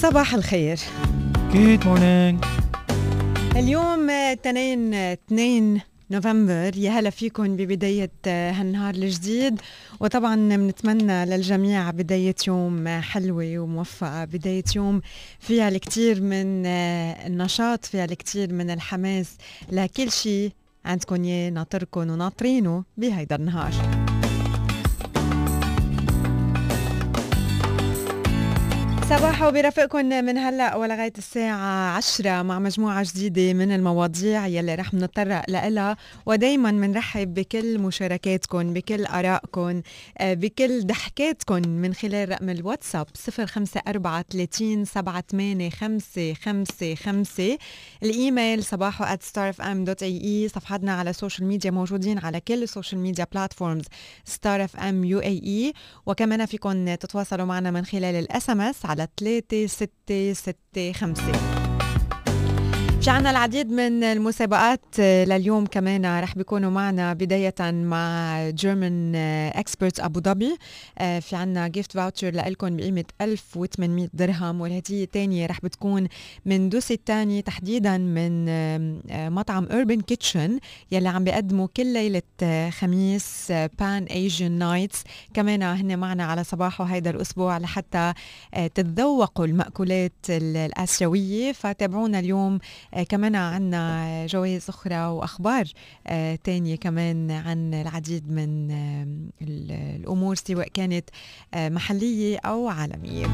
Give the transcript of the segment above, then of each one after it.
صباح الخير. Good morning. اليوم 2 نوفمبر. يا هلا فيكم ببداية هالنهار الجديد، وطبعا بنتمنى للجميع بداية يوم حلوة وموفقة، بداية يوم فيها الكثير من النشاط، فيها الكثير من الحماس لكل شيء عندكم اياه ناطركم وناطرينه بهيدا النهار. صباحو برافقكم من هلأ ولغاية الساعة 10 مع مجموعة جديدة من المواضيع يلي رح نتطرق لها، ودايما منرحب بكل مشاركاتكم، بكل آرائكم، بكل ضحكاتكم من خلال رقم الواتساب 0540378555، الإيميل صباحو@starfm.ae، صفحتنا على السوشيال ميديا موجودين على كل السوشيال ميديا بلاتفورمز Star FM UAE، وكمان فيكم تتواصلوا معنا من خلال الSMS على 3665. في عنا العديد من المسابقات لليوم، كمان رح بيكونوا معنا بداية مع German Experts أبو ظبي. في عنا gift voucher لألكم بقيمة 1800 درهم، والهدية الثانية رح بتكون من دوسي الثاني تحديدا من مطعم Urban Kitchen يلي عم بيقدموا كل ليلة خميس Pan Asian Nights. كمان هن معنا على صباحه هيدا الأسبوع لحتى تتذوقوا المأكولات الآسيوية، فتابعونا اليوم. كمان عنا جوائز أخرى وأخبار تانية كمان عن العديد من الأمور سواء كانت محلية أو عالمية.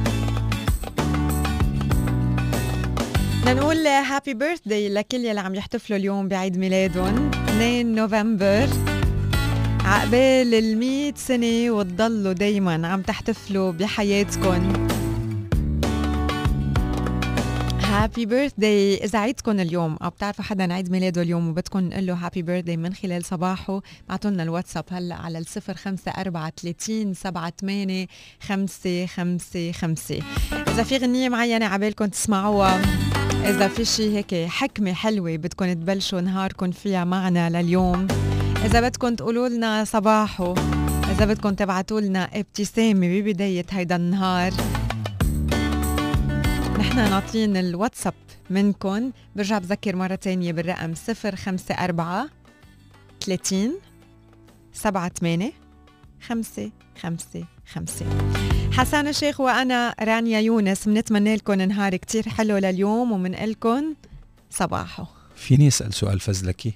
نقول هابي بيرثداي لكل يلي عم يحتفلوا اليوم بعيد ميلادهم 2 نوفمبر. عقبال 100 سنة وتضلوا دايما عم تحتفلوا بحياتكم. هابي بيرثداي. إذا عيدكم اليوم أو بتعرفوا حدا عيد ميلاده اليوم وبدكم نقول له هابي بيرثداي من خلال صباحه، بعتولنا الواتساب هلأ على 0540378555. إذا في غنية معينة عبالكم تسمعوها، إذا في شي هيك حكمة حلوة بدكم تبلشوا نهاركم فيها معنا لليوم، إذا بدكم تقولوا لنا صباحه، إذا بدكم تبعتوا لنا ابتسامة ببداية هيدا النهار، نحن نعطين الواتساب منكم. برجع بذكر مرة تانية بالرقم 0540385855. حسان الشيخ وأنا رانيا يونس منتمنى لكم نهار كتير حلو لليوم ومنقلكم صباحه. فيني أسأل سؤال فزلكي؟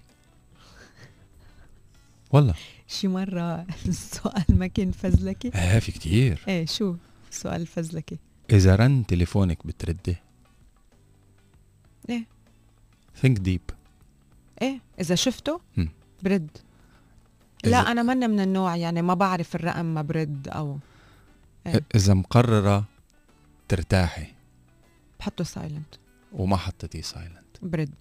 والله شي مرة السؤال ما كان فزلكي؟ في كتير. ايه شو السؤال الفزلكي؟ إذا رن تليفونك بتردي؟ ايه think deep. ايه إذا شفته برد. لا أنا منا من النوع يعني ما بعرف الرقم ما برد أو إيه؟ إذا مقررة ترتاحي بحطه سايلنت وما حطيتيه سايلنت برد.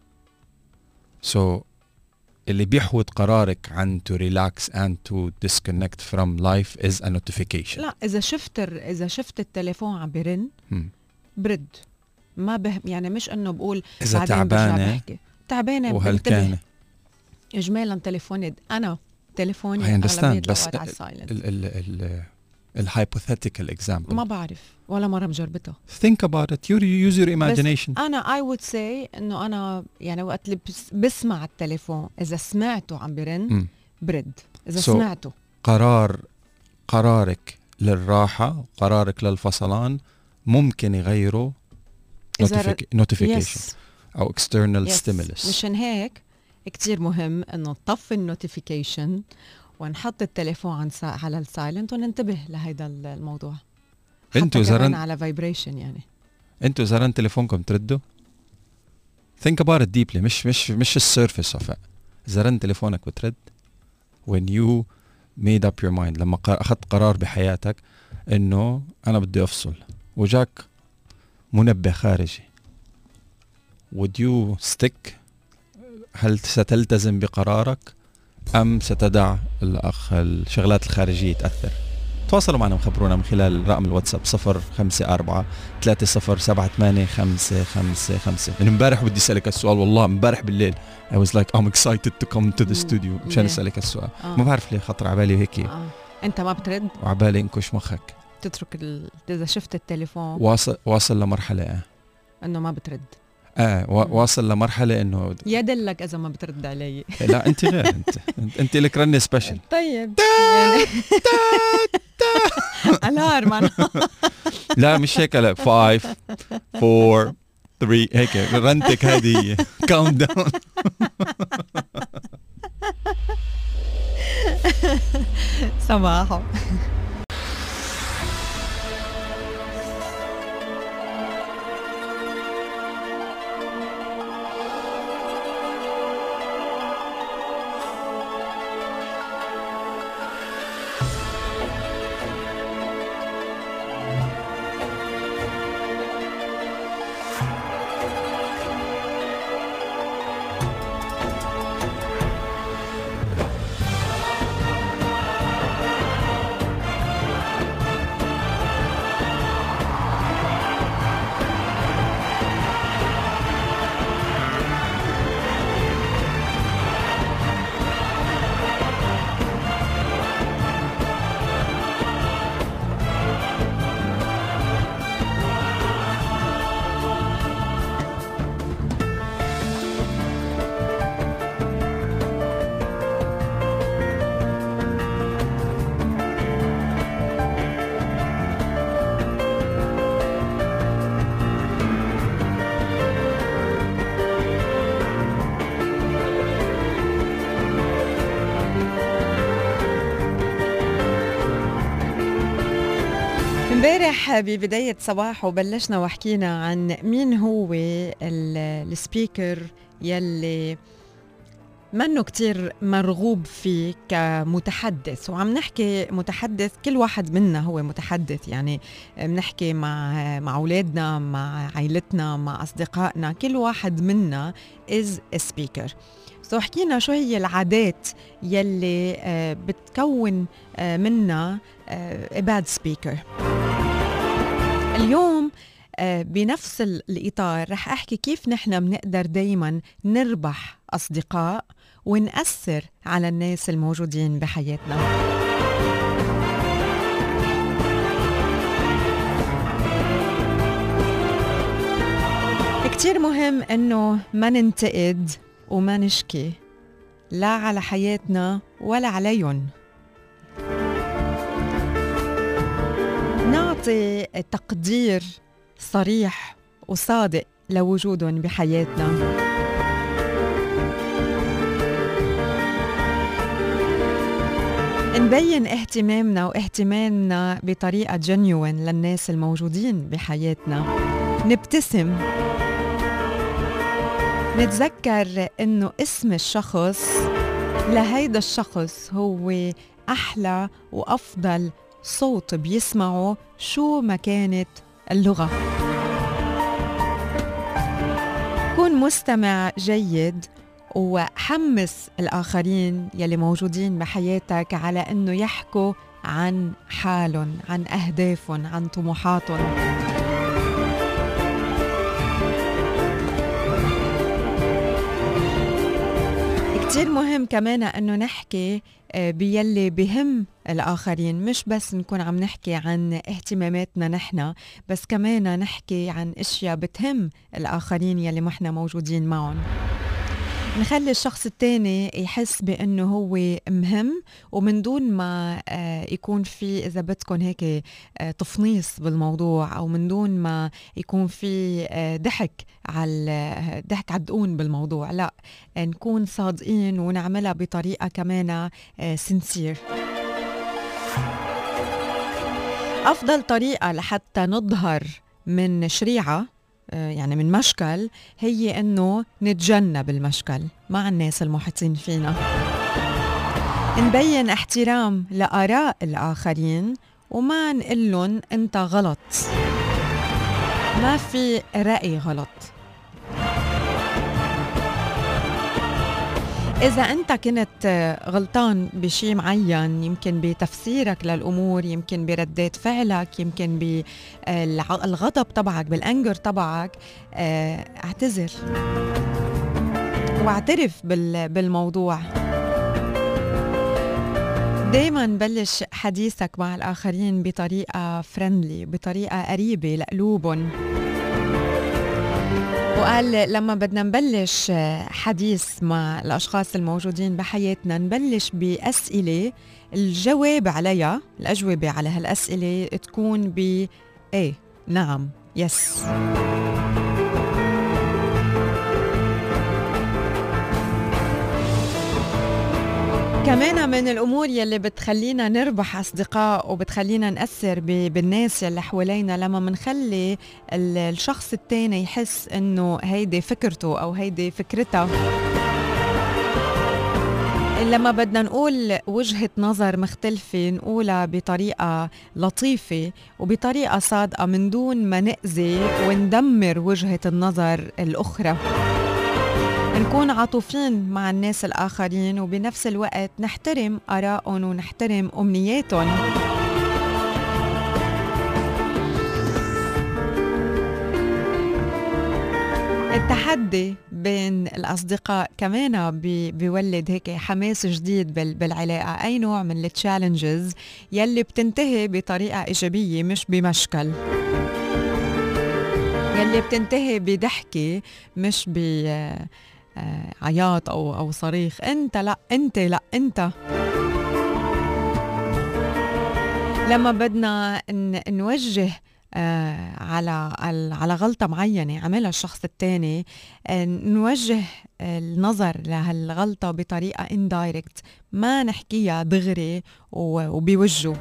اللي بيحوط قرارك عن to relax and to disconnect from life is a notification. لا إذا شفت التليفون عم برن برد. ما يعني مش إنه بقول إذا تعبانة وهالكانة إجمالا تليفوني أنا تليفوني أغلبية بس على السايلنت. الhypothetical example ما بعرف ولا مرة مجربتها. think about it, use your imagination. أنا I would say إنه أنا يعني وقت اللي بسمع التليفون إذا سمعته عم برن برد. إذا سمعته قرارك للراحة، قرارك للفصلان ممكن يغيره notification أو external stimulus. مشان هيك كتير مهم إنه نطفي النوتيفيكيشن ونحط التليفون على السايلنت وننتبه لهيدا الموضوع. انتوا زرن على فايبريشن يعني. انتوا زرن تليفونكم تردوا؟ think about it deeply. مش السيرفيس of it. زرن تليفونك بترد when you made up your mind. لما أخذت قرار بحياتك إنه أنا بدي أفصل وجاك منبه خارجي، would you stick؟ هل ستلتزم بقرارك أم ستدع الشغلات الخارجية تأثر؟ تواصلوا معنا وخبرونا من خلال رقم الواتساب 0540378555. من امبارح بدي أسألك السؤال، والله امبارح بالليل I was like I'm excited to come to the studio مشان أسألك السؤال. ما بعرف ليه خطر عبالي هيك. أنت ما بترد وعبالي انكش مخك. بتترك إذا شفت التليفون واصل لمرحلة إنه ما بترد. واصل لمرحلة إنه يدلك إذا ما بترد علي. لا أنت غير أنت لك رنة سبيشل. طيب ألارم. لا مش هيك، لا 5 4 3 هيك رنتك هذه كاونت داون. صباحو. امبارح ببداية صباح وبلشنا وحكينا عن مين هو السبيكر يلي منه كتير مرغوب فيه كمتحدث. وعم نحكي متحدث، كل واحد منا هو متحدث، يعني بنحكي مع أولادنا، مع عائلتنا، مع أصدقائنا، كل واحد منا is a speaker. حكينا شو هي العادات يلي بتكون منا a bad speaker. اليوم بنفس الإطار رح أحكي كيف نحن بنقدر دايما نربح أصدقاء ونأثر على الناس الموجودين بحياتنا. كتير مهم إنه ما ننتقد وما نشكي لا على حياتنا ولا عليهم. نعطي تقدير صريح وصادق لوجودهم بحياتنا. نبين اهتمامنا واهتمامنا بطريقة genuine للناس الموجودين بحياتنا. نبتسم، نتذكر إنه اسم الشخص لهيدا الشخص هو أحلى وأفضل صوت بيسمعه شو ما كانت اللغة. كون مستمع جيد وحمس الآخرين يلي موجودين بحياتك على إنه يحكوا عن حالهم، عن أهدافهم، عن طموحاتهم. كتير مهم كمان أنه نحكي بيلي بهم الآخرين، مش بس نكون عم نحكي عن اهتماماتنا نحن، بس كمان نحكي عن أشياء بتهم الآخرين يلي محنا موجودين معهم. نخلي الشخص التاني يحس بأنه هو مهم، ومن دون ما يكون في إذا بدكن هيك تفنيص بالموضوع، أو من دون ما يكون في ضحك على الدقون بالموضوع. لا، نكون صادقين ونعملها بطريقة كمان سنسير. أفضل طريقة لحتى نظهر من شريعة، يعني من مشكل، هي إنه نتجنب المشكل مع الناس المحيطين فينا. نبين احترام لآراء الآخرين وما نقلن أنت غلط. ما في رأي غلط. إذا أنت كنت غلطان بشي معين، يمكن بتفسيرك للأمور، يمكن بردات فعلك، يمكن بالغضب تبعك، بالأنجر تبعك، اعتذر واعترف بالموضوع. دايما بلش حديثك مع الآخرين بطريقة فريندلي، بطريقة قريبة لقلوبهم. وقال لما بدنا نبلش حديث مع الأشخاص الموجودين بحياتنا نبلش بأسئلة الجواب عليها، الأجوبة على هالأسئلة تكون ب إيه، نعم، يس. كمان من الأمور يلي بتخلينا نربح أصدقاء وبتخلينا نأثر بالناس يلي حوالينا لما منخلي الشخص التاني يحس إنه هيدي فكرته أو هيدي فكرتها. لما بدنا نقول وجهة نظر مختلفة نقولها بطريقة لطيفة وبطريقة صادقة من دون ما نأذي وندمر وجهة النظر الأخرى. نكون عاطفين مع الناس الآخرين وبنفس الوقت نحترم آرائهم ونحترم أمنياتهم. التحدي بين الأصدقاء كمان بيولد هيك حماس جديد بالعلاقة. أي نوع من التشالنجز يلي بتنتهي بطريقة إيجابية مش بمشكل، يلي بتنتهي بضحكة مش عياط أو صريخ. أنت لا أنت لا أنت. لما بدنا نوجه على غلطة معينة عملها الشخص التاني، نوجه النظر لهالغلطة بطريقة indirect، ما نحكيها دغري وبوجهه.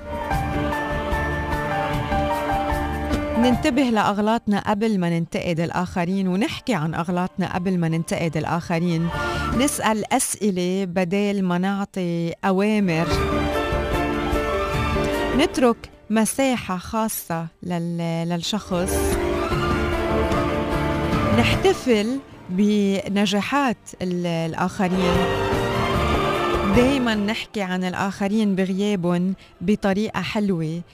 ننتبه لأغلاطنا قبل ما ننتقد الآخرين ونحكي عن أغلاطنا قبل ما ننتقد الآخرين. نسأل أسئلة بدل ما نعطي أوامر. نترك مساحة خاصة للشخص. نحتفل بنجاحات الآخرين. دايما نحكي عن الآخرين بغيابهم بطريقة حلوة،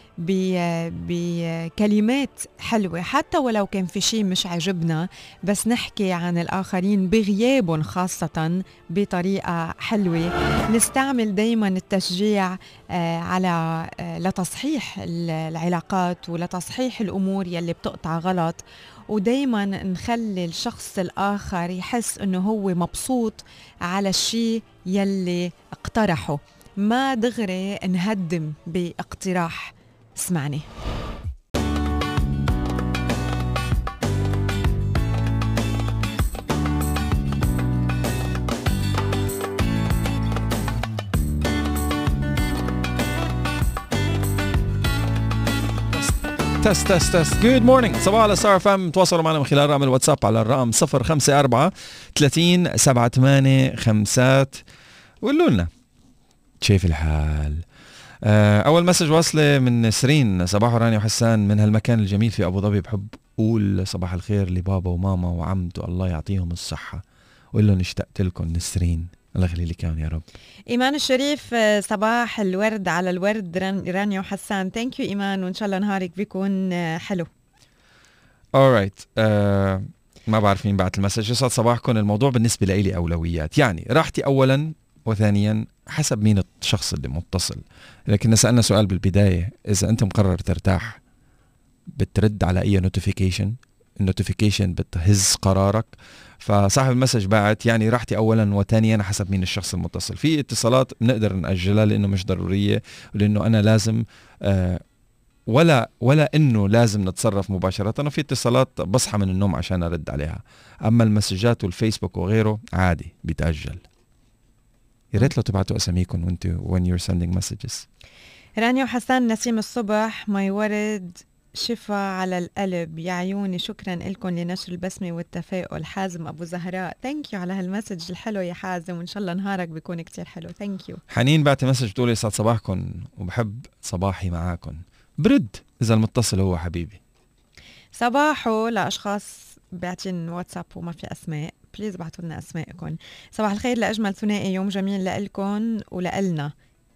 بكلمات حلوة، حتى ولو كان في شيء مش عجبنا، بس نحكي عن الآخرين بغيابهم خاصة بطريقة حلوة. نستعمل دايما التشجيع على لتصحيح العلاقات ولتصحيح الأمور يلي بتقطع غلط. ودايما نخلي الشخص الآخر يحس أنه هو مبسوط على الشيء يلي اقترحه، ما دغري نهدم باقتراح. اسمعني. تست جود مورنينج. صباح على ستار اف ام. تواصلوا معنا من خلال رقم الواتساب على الرقم 054 30 78 5. وقولوا لنا كيف الحال. اول مسج واصله من نسرين. صباح رانيا وحسان من هالمكان الجميل في ابو ظبي. بحب اقول صباح الخير لبابا وماما وعمته، الله يعطيهم الصحه، وقول لهم اشتقت لكم. نسرين الله يخلي لك اياهم يا رب. إيمان الشريف، صباح الورد على الورد رانيا وحسان. ثانك يو إيمان، وإن شاء الله نهارك بيكون حلو. alright. ما بعرف مين بعت المسج. يسعد صباحكم. الموضوع بالنسبة لي أولويات، يعني راحتي أولا وثانيا حسب مين الشخص اللي متصل. لكن سألنا سؤال بالبداية، إذا أنت مقرر ترتاح بترد على أي نوتيفيكيشن؟ النوتيفيكيشن بتهز قرارك. فصاحب المسج بعت يعني راحتي اولا وثانيا حسب مين الشخص المتصل. في اتصالات بنقدر نأجلها لانه مش ضروريه، ولانه انا لازم ولا انه لازم نتصرف مباشره. وفي اتصالات بصحى من النوم عشان ارد عليها. اما المسجات والفيسبوك وغيره عادي بيتأجل. يا ريت لو تبعتوا اساميكم وانتوا when you're sending messages. رانيا وحسان، نسيم الصبح، ماي ورد شفا على القلب يا عيوني. شكرا لكم لنشر البسمة والتفاؤل. حازم أبو زهراء، ثانك يو على هالمسج الحلو يا حازم، وإن شاء الله نهارك بيكون كتير حلو. ثانك يو. حنين بعت مسج بتقول يسعد صباحكم وبحب صباحي معاكم. برد إذا المتصل هو حبيبي. صباحو لأشخاص بعتين واتساب وما في أسماء، بليز بعتوا لنا أسمائكم. صباح الخير لأجمل ثنائي، يوم جميل لإلكم ولإلنا.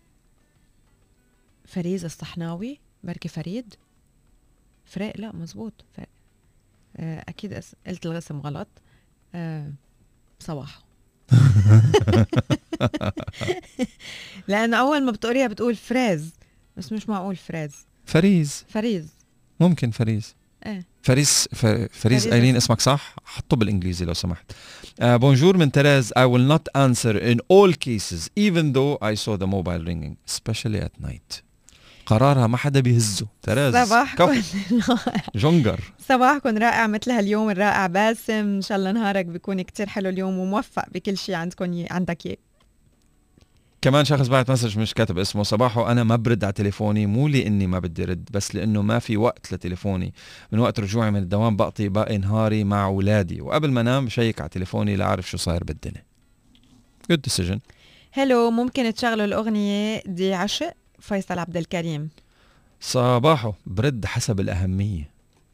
فريز الصحناوي، بركي فريد فريق، لا مزبوط فريق. أكيد قلت الاسم غلط. صباح. لأنه أول ما بتقريها بتقول فريز، بس مش معقول فريز. فريز ممكن فريز. ايه فريز ايلين اسمك صح، حطه بالانجليزي لو سمحت. بونجور من تريز. I will not answer in all cases even though I saw the mobile ringing especially at night. قرارها ما حدا بيهزه. تريز صباحكم جونجر. صباحكم رائع مثل هاليوم الرائع باسم، ان شاء الله نهارك بيكون كتير حلو اليوم وموفق بكل شيء عندك اياه. كمان شخص بعت مسج مش كاتب اسمه. صباحه أنا ما برد على تليفوني مو لأني ما بدي رد، بس لأنه ما في وقت لتليفوني. من وقت رجوعي من الدوام بقضي باقي نهاري مع أولادي، وقبل ما أنام بشيك على تليفوني لأعرف شو صاير بالدنيا. good decision. هلو، ممكن تشغلوا الأغنية دي عشق فيصل عبد الكريم. صباحه برد حسب الأهمية.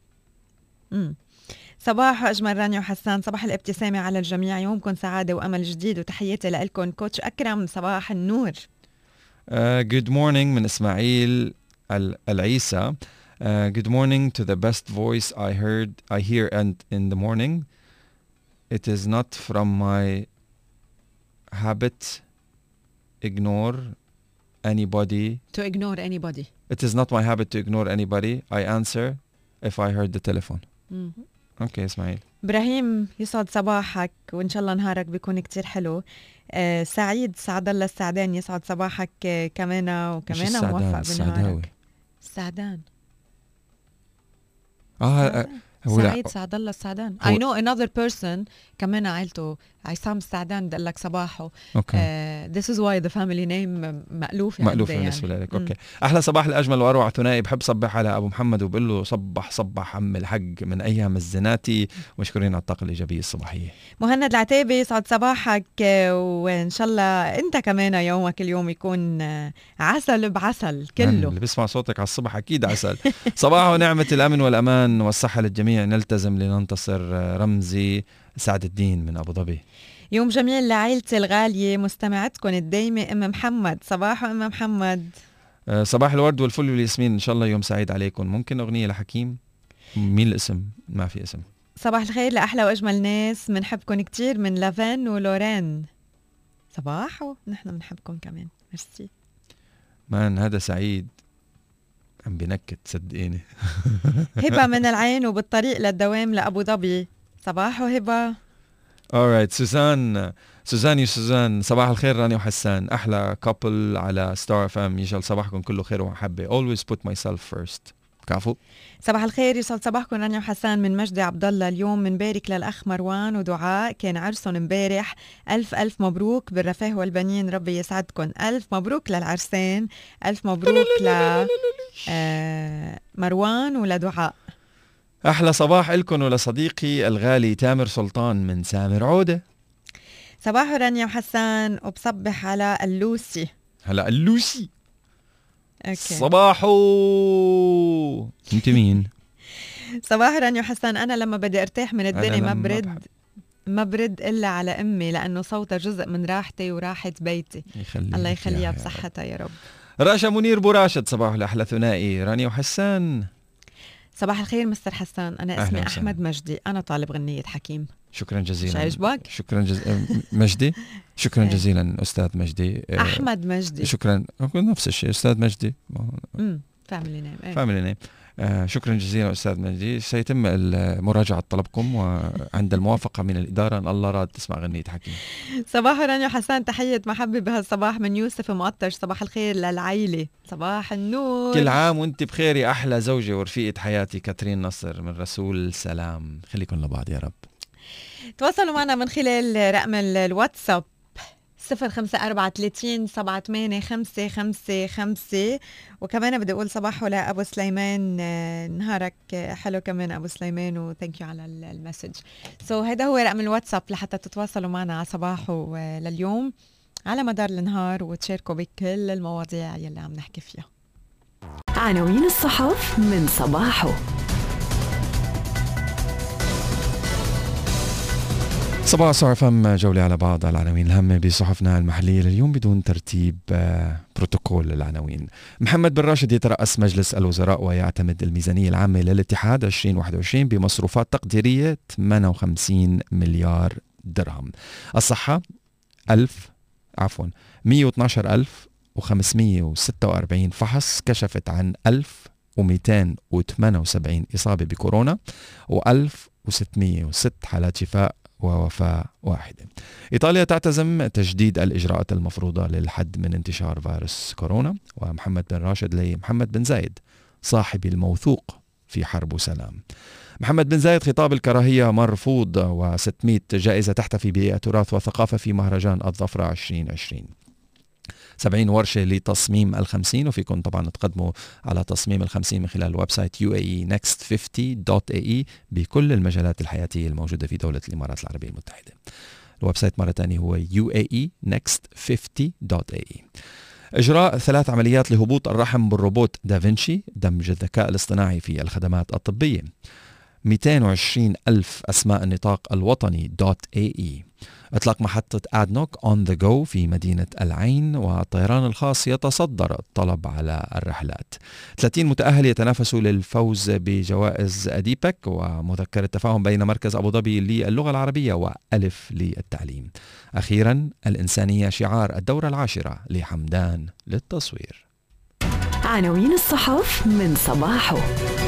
صباح أجمل رانيا وحسان، صباح الابتسامة على الجميع، يومكم سعادة وأمل جديد، وتحياتي لكم كوتش أكرم. صباح النور. good morning من إسماعيل العيسى. good morning to the best voice I hear and in the morning. It is not from my habit ignore anybody. To ignore anybody. It is not my habit to ignore anybody. I answer if I heard the telephone. اوكي اسماعيل. ابراهيم يسعد صباحك وان شاء الله نهارك بيكون كتير حلو. سعيد سعد الله السعدان يسعد صباحك كمان وموفق بنهارك. السعدان سعيد سعد الله السعدان. I know another person كمان عائلته عصام السعدان قال لك صباحه. this is why the family name مألوف بالنسبة لك. اوكي احلى صباح الاجمل واروع ثنائي. بحب صبح على ابو محمد وبقول له صبح عم الحق من ايام الزناتي، ومشكورين على الطاقة الايجابية الصباحية. مهند العتيبي يسعد صباحك، وان شاء الله انت كمان يومك اليوم يكون عسل بعسل كله. اللي بيسمع صوتك على الصبح اكيد عسل. صباح ونعمة الامن والامان والصحة للجميع، نلتزم لننتصر. رمزي سعد الدين من أبو ظبي. يوم جميل لعائلتي الغالية مستمعتكم الدايمة أم محمد. صباح أم محمد. صباح الورد والفل والياسمين، إن شاء الله يوم سعيد عليكم. ممكن أغنية لحكيم؟ مين الاسم؟ ما في اسم. صباح الخير لأحلى وأجمل ناس، منحبكم كتير من لافان ولورين. صباح ونحن منحبكم كمان. ميرسي مان. هذا سعيد عم بنكت صدقيني. هبة من العين وبالطريق للدوام لأبو ظبي. صباح هبة. alright. سوزان صباح الخير راني وحسان، أحلى كابل على ستار اف ام. يجعل صباحكم كله خير ومحبة. always put myself first. كافو. صباح الخير يسعد صباحكم رانيا وحسان من مجدي عبد الله. اليوم منبارك للأخ مروان ودعاء، كان عرسهم امبارح. ألف مبروك بالرفاه والبنين، ربي يسعدكم. ألف مبروك للعرسين، ألف مبروك مروان ولدعاء. أحلى صباح لكم ولصديقي الغالي تامر سلطان من سامر عودة. صباح رانيا وحسان، وبصبح على اللوسي. هلا اللوسي. أوكي. صباحو. انت مين؟ صباح رانيا وحسان، أنا لما بدي أرتاح من الدنيا ما برد إلا على أمي، لأنه صوتها جزء من راحتي وراحة بيتي. الله يخليها بصحتها يا رب. راشا منير براشد، صباح الأحلى ثنائي رانيا وحسان. صباح الخير مستر حسان، أنا اسمي أحمد مجدي، أنا طالب غنية حكيم. شكرا جزيلا. شايجبك؟ شكرا جزيلا مجدي. شكرا جزيلا أستاذ مجدي. أحمد مجدي. شكرا. نفس الشيء أستاذ مجدي. فاميلي نيم. فاميلي نيم. شكرا جزيلا أستاذ مجدي. سيتم مراجعة طلبكم، وعند الموافقة من الإدارة إن الله راد تسمع غنية حكيم. صباح رانيا حسان، تحية محبة بهالصباح من يوسف مقطش. صباح الخير للعيلة. صباح النور. كل عام وانت بخير يا أحلى زوجة ورفيقة حياتي كاترين نصر من رسول سلام. خليكم لبعض يا رب. تواصلوا معنا من خلال رقم الواتساب 0534-78555. وكمان بدي أقول صباحه لأبو سليمان، نهارك حلو كمان أبو سليمان، وثانك يو على المسج. هيدا هو رقم الواتساب لحتى تتواصلوا معنا على صباحه لليوم على مدار النهار، وتشاركوا بكل المواضيع يلي عم نحكي فيها. عناوين الصحف من صباحه. صباح صار فم جولة على بعض العناوين الهامة بصحفنا المحلية لليوم بدون ترتيب بروتوكول العناوين. محمد بن راشد يترأس مجلس الوزراء ويعتمد الميزانية العامة للاتحاد 2021 بمصروفات تقديرية 58 مليار درهم. الصحة 112,000 1546 فحص كشفت عن 1278 إصابة بكورونا و1606 حالات شفاء ووفاة واحدة. إيطاليا تعتزم تجديد الإجراءات المفروضة للحد من انتشار فيروس كورونا. ومحمد بن راشد لمحمد بن زايد صاحب الموثوق في حرب وسلام. محمد بن زايد خطاب الكراهية مرفوض، و600 جائزة تحتفي بتراث وثقافة في مهرجان الظفرة 2020. 70 ورشة لتصميم ال50، وفيكم طبعا تقدموا على تصميم ال50 من خلال الويب سايت uaenext50.ae بكل المجالات الحياتية الموجودة في دولة الإمارات العربية المتحدة. الويب سايت مرة تانية هو uaenext50.ae. إجراء 3 عمليات لهبوط الرحم بالروبوت دافنشي، دمج الذكاء الاصطناعي في الخدمات الطبية. 220 ألف أسماء النطاق الوطني .ae. إطلاق محطة أدنوك on the go في مدينة العين، والطيران الخاص يتصدر الطلب على الرحلات. 30 متأهل يتنافسوا للفوز بجوائز أديبك، ومذكرة تفاهم بين مركز أبو ظبي للغة العربية وألف للتعليم. أخيرا الإنسانية شعار الدورة 10 لحمدان للتصوير. عناوين الصحف من صباحه.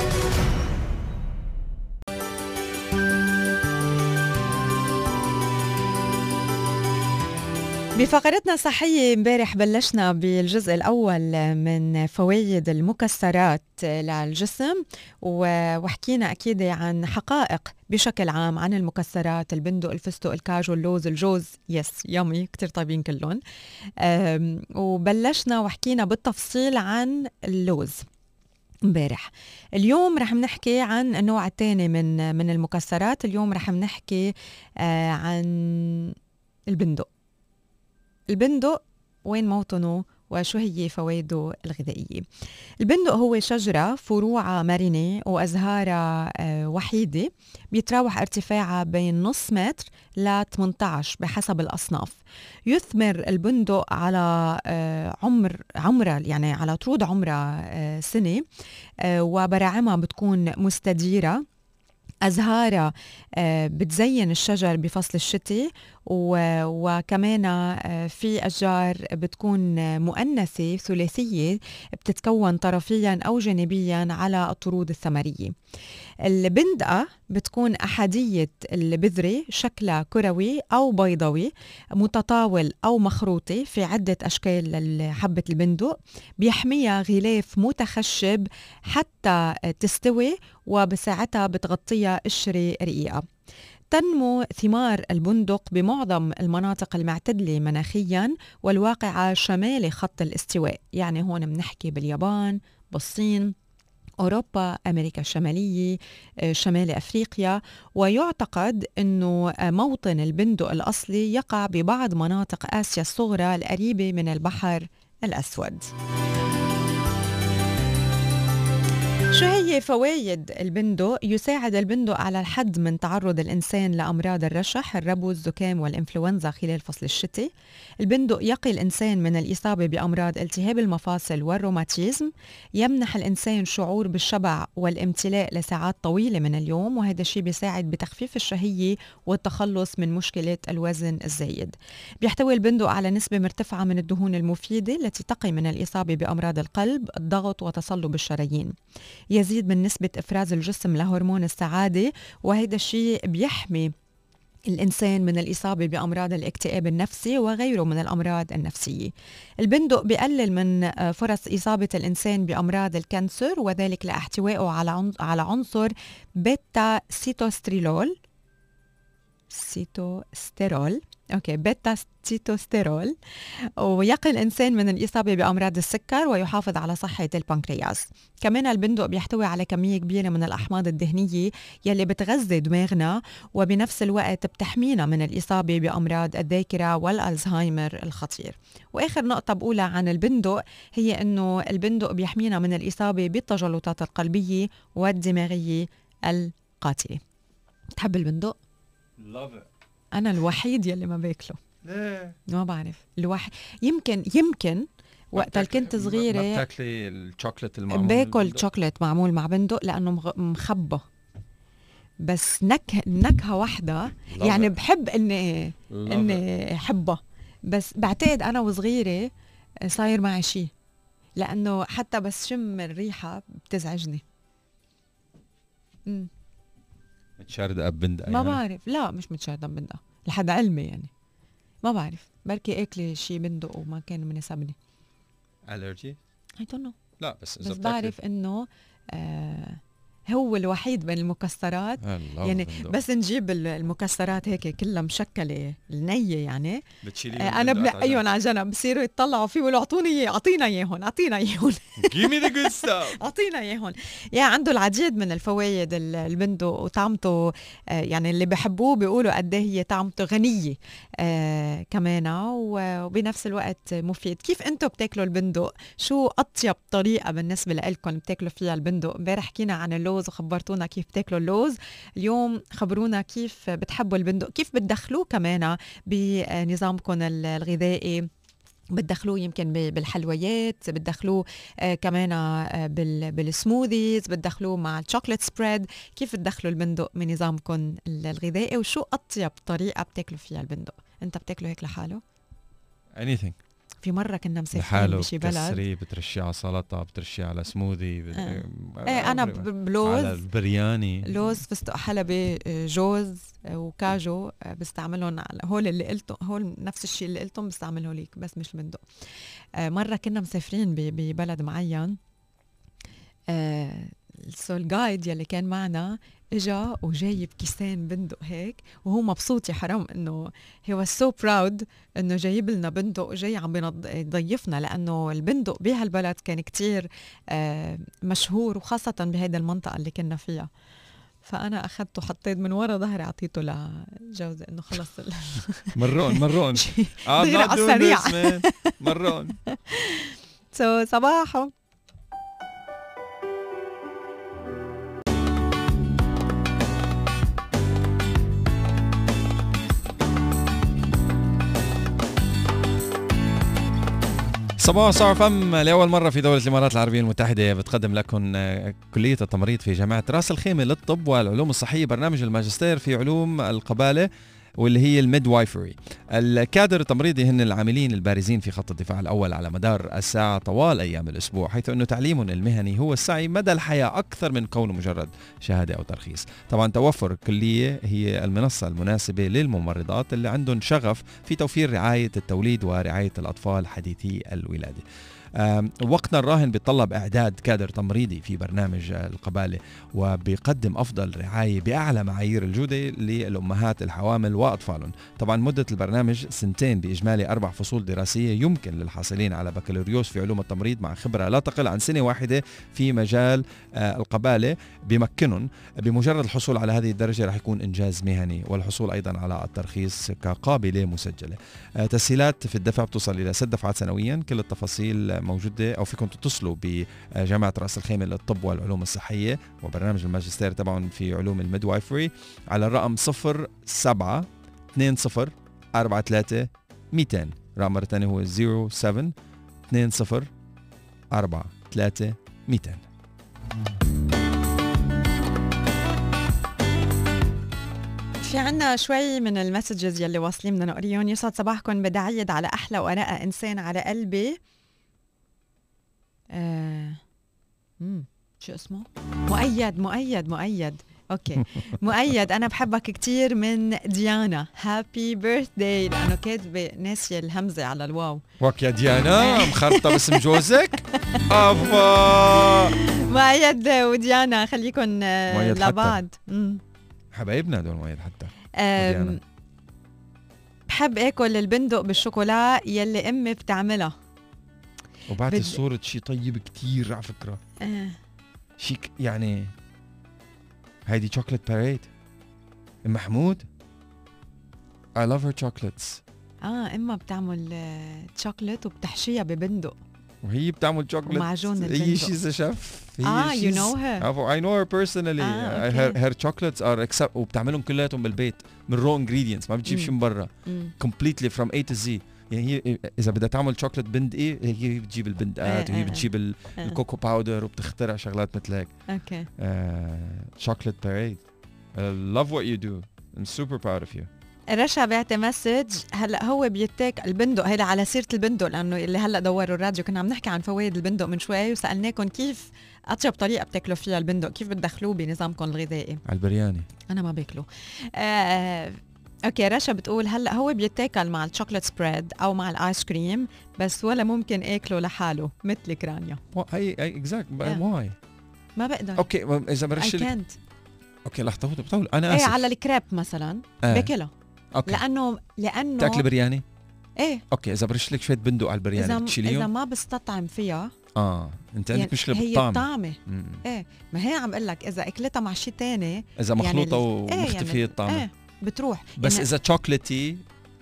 بفقرتنا الصحية امبارح بلشنا بالجزء الأول من فوائد المكسرات للجسم، وحكينا أكيد عن حقائق بشكل عام عن المكسرات: البندق، الفستق، الكاجو، اللوز، الجوز، يس يامي كتير طيبين كلهم. وبلشنا وحكينا بالتفصيل عن اللوز امبارح. اليوم رح نحكي عن النوع الثاني من المكسرات. اليوم رح نحكي عن البندق. البندق وين موطنه وشو هي فوائده الغذائية؟ البندق هو شجرة فروعها مرنة وأزهارها وحيدة، بيتراوح ارتفاعها بين نص متر ل 18 بحسب الأصناف. يثمر البندق على عمرها، يعني على طول عمرها سنة، وبراعمها بتكون مستديرة. أزهارها بتزين الشجر بفصل الشتاء، وكمان في أشجار بتكون مؤنثة ثلاثية بتتكون طرفيا أو جانبيا على الطرود الثمرية. البندقة بتكون أحادية البذرة، شكلها كروي أو بيضاوي، متطاول أو مخروطي في عدة أشكال لحبة البندق. بيحميها غلاف متخشب حتى تستوي، وبساعتها بتغطيها قشرة رقيقة. تنمو ثمار البندق بمعظم المناطق المعتدلة مناخيا والواقعة شمال خط الاستواء، يعني هون بنحكي باليابان، بالصين، أوروبا، أمريكا الشمالية، شمال أفريقيا. ويعتقد أنه موطن البندق الأصلي يقع ببعض مناطق آسيا الصغرى القريبة من البحر الأسود. شو هي فوائد البندق؟ يساعد البندق على الحد من تعرض الإنسان لأمراض الرشح، الربو، الزكام والإنفلونزا خلال فصل الشتاء. البندق يقي الإنسان من الإصابة بأمراض التهاب المفاصل والروماتيزم. يمنح الإنسان شعور بالشبع والامتلاء لساعات طويلة من اليوم، وهذا الشيء بيساعد بتخفيف الشهية والتخلص من مشكلة الوزن الزايد. بيحتوي البندق على نسبة مرتفعة من الدهون المفيدة التي تقي من الإصابة بأمراض القلب، الضغط وتصلب الشرايين. يزيد من نسبة إفراز الجسم لهرمون السعادة، وهذا الشيء بيحمي الإنسان من الإصابة بأمراض الاكتئاب النفسي وغيره من الأمراض النفسية. البندق بيقلل من فرص إصابة الإنسان بأمراض الكانسر، وذلك لاحتوائه على عنصر بيتا سيتوستيرول. بيتا سيتوستيرول، ويقي الإنسان من الإصابة بأمراض السكر ويحافظ على صحة البنكرياس. كمان البندق بيحتوي على كمية كبيرة من الأحماض الدهنية يلي بتغذي دماغنا، وبنفس الوقت بتحمينا من الإصابة بأمراض الذاكرة والألزهايمر الخطير. وآخر نقطة بقولها عن البندق هي أنه البندق بيحمينا من الإصابة بالتجلطات القلبية والدماغية القاتلة. تحب البندق؟ Love it. أنا الوحيد يلي ما باكله. ليه؟ ما بعرف. يمكن وقت كنت صغيرة ما بتاكلي الشوكولات المعمول؟ باكل شوكولات معمول مع بندق لأنه مخبى، بس نكهة واحدة يعني بحب إني أحبه. بس بعتقد أنا وصغيرة صاير معي شيء، لأنه حتى بس شم الريحة بتزعجني. متشاردة بندقة ما يعني. بعرف، لا مش متشاردة بندقة لحد علمي يعني، ما بعرف، بركي اكلي شيء بندق وما كان مناسبني. allergy I don't know. لا بس بعرف انه هو الوحيد بين المكسرات يعني بندق. بس نجيب المكسرات هيك كلها مشكله النيه يعني انا بندق بنقيهم على جنب، بصيروا يطلعوا فيه ويقولوا اعطوني اياه، اعطينا اياهم اعطينا اياهم give me the good stuff. اعطينا اياهم. يعني عنده العديد من الفوائد البندق، وطعمته يعني اللي بحبوه بيقولوا قد ايه هي طعمته غنيه كمان، وبنفس الوقت مفيد. كيف انتم بتاكلوا البندق؟ شو اطيب طريقه بالنسبه لكم بتاكلوا فيها البندق؟ امبارح حكينا عن اللوز وخبرتونا كيف بتاكلوا اللوز، اليوم خبرونا كيف بتحبوا البندق، كيف بتدخلوه كمان بنظامكم الغذائي. بتدخلوه يمكن بالحلويات، بتدخلوه كمان بالسموذيز، بتدخلوه مع الشوكولات سبريد. كيف بتدخلوا البندق من نظامكم الغذائي، وشو أطيب طريقة بتاكلوا فيها البندق؟ أنت بتاكله هيك لحاله؟ anything. في مرة كنا مسافرين بشي بلد بتكسريه، بترشيه على سلطة، بترشيه على سموذي. أنا بلوز، على البرياني، لوز، فستق حلبي، جوز وكاجو بستعملهم. هول اللي قلتهم، هول نفس الشيء اللي قلتهم بستعمله ليك، بس مش بندق. مرة كنا مسافرين ببلد معين، الجايد يلي كان معنا اجا وجايب كيسين بندق هيك، وهو مبسوط يا حرام انه he was so proud انه جايب لنا بندق وجاي عم يضيفنا، لانه البندق بهالبلد كان كتير مشهور، وخاصة بهيدا المنطقة اللي كنا فيها. فأنا أخذته حطيت من ورا ظهري، عطيته لجوزي إنه خلص مرون دغري على السريع مرون. صباحو. صباح صار فم لأول مرة في دولة الإمارات العربية المتحدة بتقدم لكم كلية التمريض في جامعة راس الخيمة للطب والعلوم الصحية برنامج الماجستير في علوم القبالة، واللي هي الميدوايفري. الكادر التمريضي هن العاملين البارزين في خط الدفاع الأول على مدار الساعة طوال أيام الأسبوع، حيث أنه تعليمهم المهني هو السعي مدى الحياة أكثر من كونه مجرد شهادة أو ترخيص. طبعا توفر الكلية هي المنصة المناسبة للممرضات اللي عندهم شغف في توفير رعاية التوليد ورعاية الأطفال حديثي الولادة. وقتنا الراهن بيتطلب إعداد كادر تمريضي في برنامج القبالة، وبيقدم أفضل رعاية بأعلى معايير الجودة للأمهات الحوامل وأطفالهم. طبعا مدة البرنامج 2 بإجمالي 4 فصول دراسية، يمكن للحاصلين على بكالوريوس في علوم التمريض مع خبرة لا تقل عن 1 سنة في مجال القبالة بمكنهم بمجرد الحصول على هذه الدرجة رح يكون إنجاز مهني، والحصول أيضا على الترخيص كقابلة مسجلة. تسهيلات في الدفع بتوصل إلى 6 دفعات سنويا. كل التفاصيل موجودة، أو فيكم تتصلوا بجامعة رأس الخيمة للطب والعلوم الصحية وبرنامج الماجستير طبعا في علوم الميدوايفري على الرقم 072043 رقم مرة تانية هو 072043 في عنا شوي من المسجز يلي واصلين بدنا نقريهم. يسعد صباحكم، بدي أعيد على أحلى وأرقى إنسان على قلبي. شو اسمه؟ مؤيد اوكي. مؤيد، انا بحبك كتير من ديانا، هابي بيرثداي، لانه كاتبه ناسيه الهمزه على الواو. وك يا ديانا مخرطه باسم جوزك. افا مؤيد وديانا خليكم لبعض. حبايبنا دول مؤيد حتى. بحب اكل البندق بالشوكولا يلي امي بتعملها، وبعد صورة شي طيب كتير على فكرة. شيك يعني. هيدي chocolate parade محمود. I love her chocolates. اما بتعمل شوكولات وبتحشيها ببندق، وهي بتعمل شوكولات ومعجون البندق. هي she's a chef. you know her. I know her personally. Her chocolates are وبتعملهم كلياتهم بالبيت من raw ingredients، ما بتجيب شي من برا. completely from A to Z. يعني هي إذا بدها تعمل شوكولات بندقي هي بتجيب البندقات وهي بتجيب الكوكو باودر وبتخترع شغلات مثل هيك. Okay. Chocolate parade. I love what you do. I'm super proud of you. رشا بعت مسج هلا هو بيتاك البندق. هيدا على سيره البندق، لانه اللي هلا دوروا الراديو كنا عم نحكي عن فوائد البندق من شوي، وسالناكم كيف اطيب طريقه بتاكلوا فيها البندق، كيف بتدخلوه بنظامكم الغذائي. على البرياني انا ما باكله. اوكي، رشا بتقول هلا هو بيتاكل مع الشوكليت سبريد او مع الايس كريم، بس ولا ممكن اكله لحاله مثل كرانيا. هي اكزاكت واي ما بقدر. اوكي اذا برش لك اوكي لحظه بطول انا اسف. على الكريب مثلا باكلها. اوكي لانه تاكل برياني. ايه اوكي اذا برش لك شويه بندق على البرياني بتشيليهم. اذا ما بستطعم فيها انت عندك مشكله هي بالطعم. الطعمه. ايه ما هي عم اقول لك اذا اكلتها مع شيء تاني اذا مخلوطه يعني ومختفيه الطعم بتروح. بس اذا شوكليتي،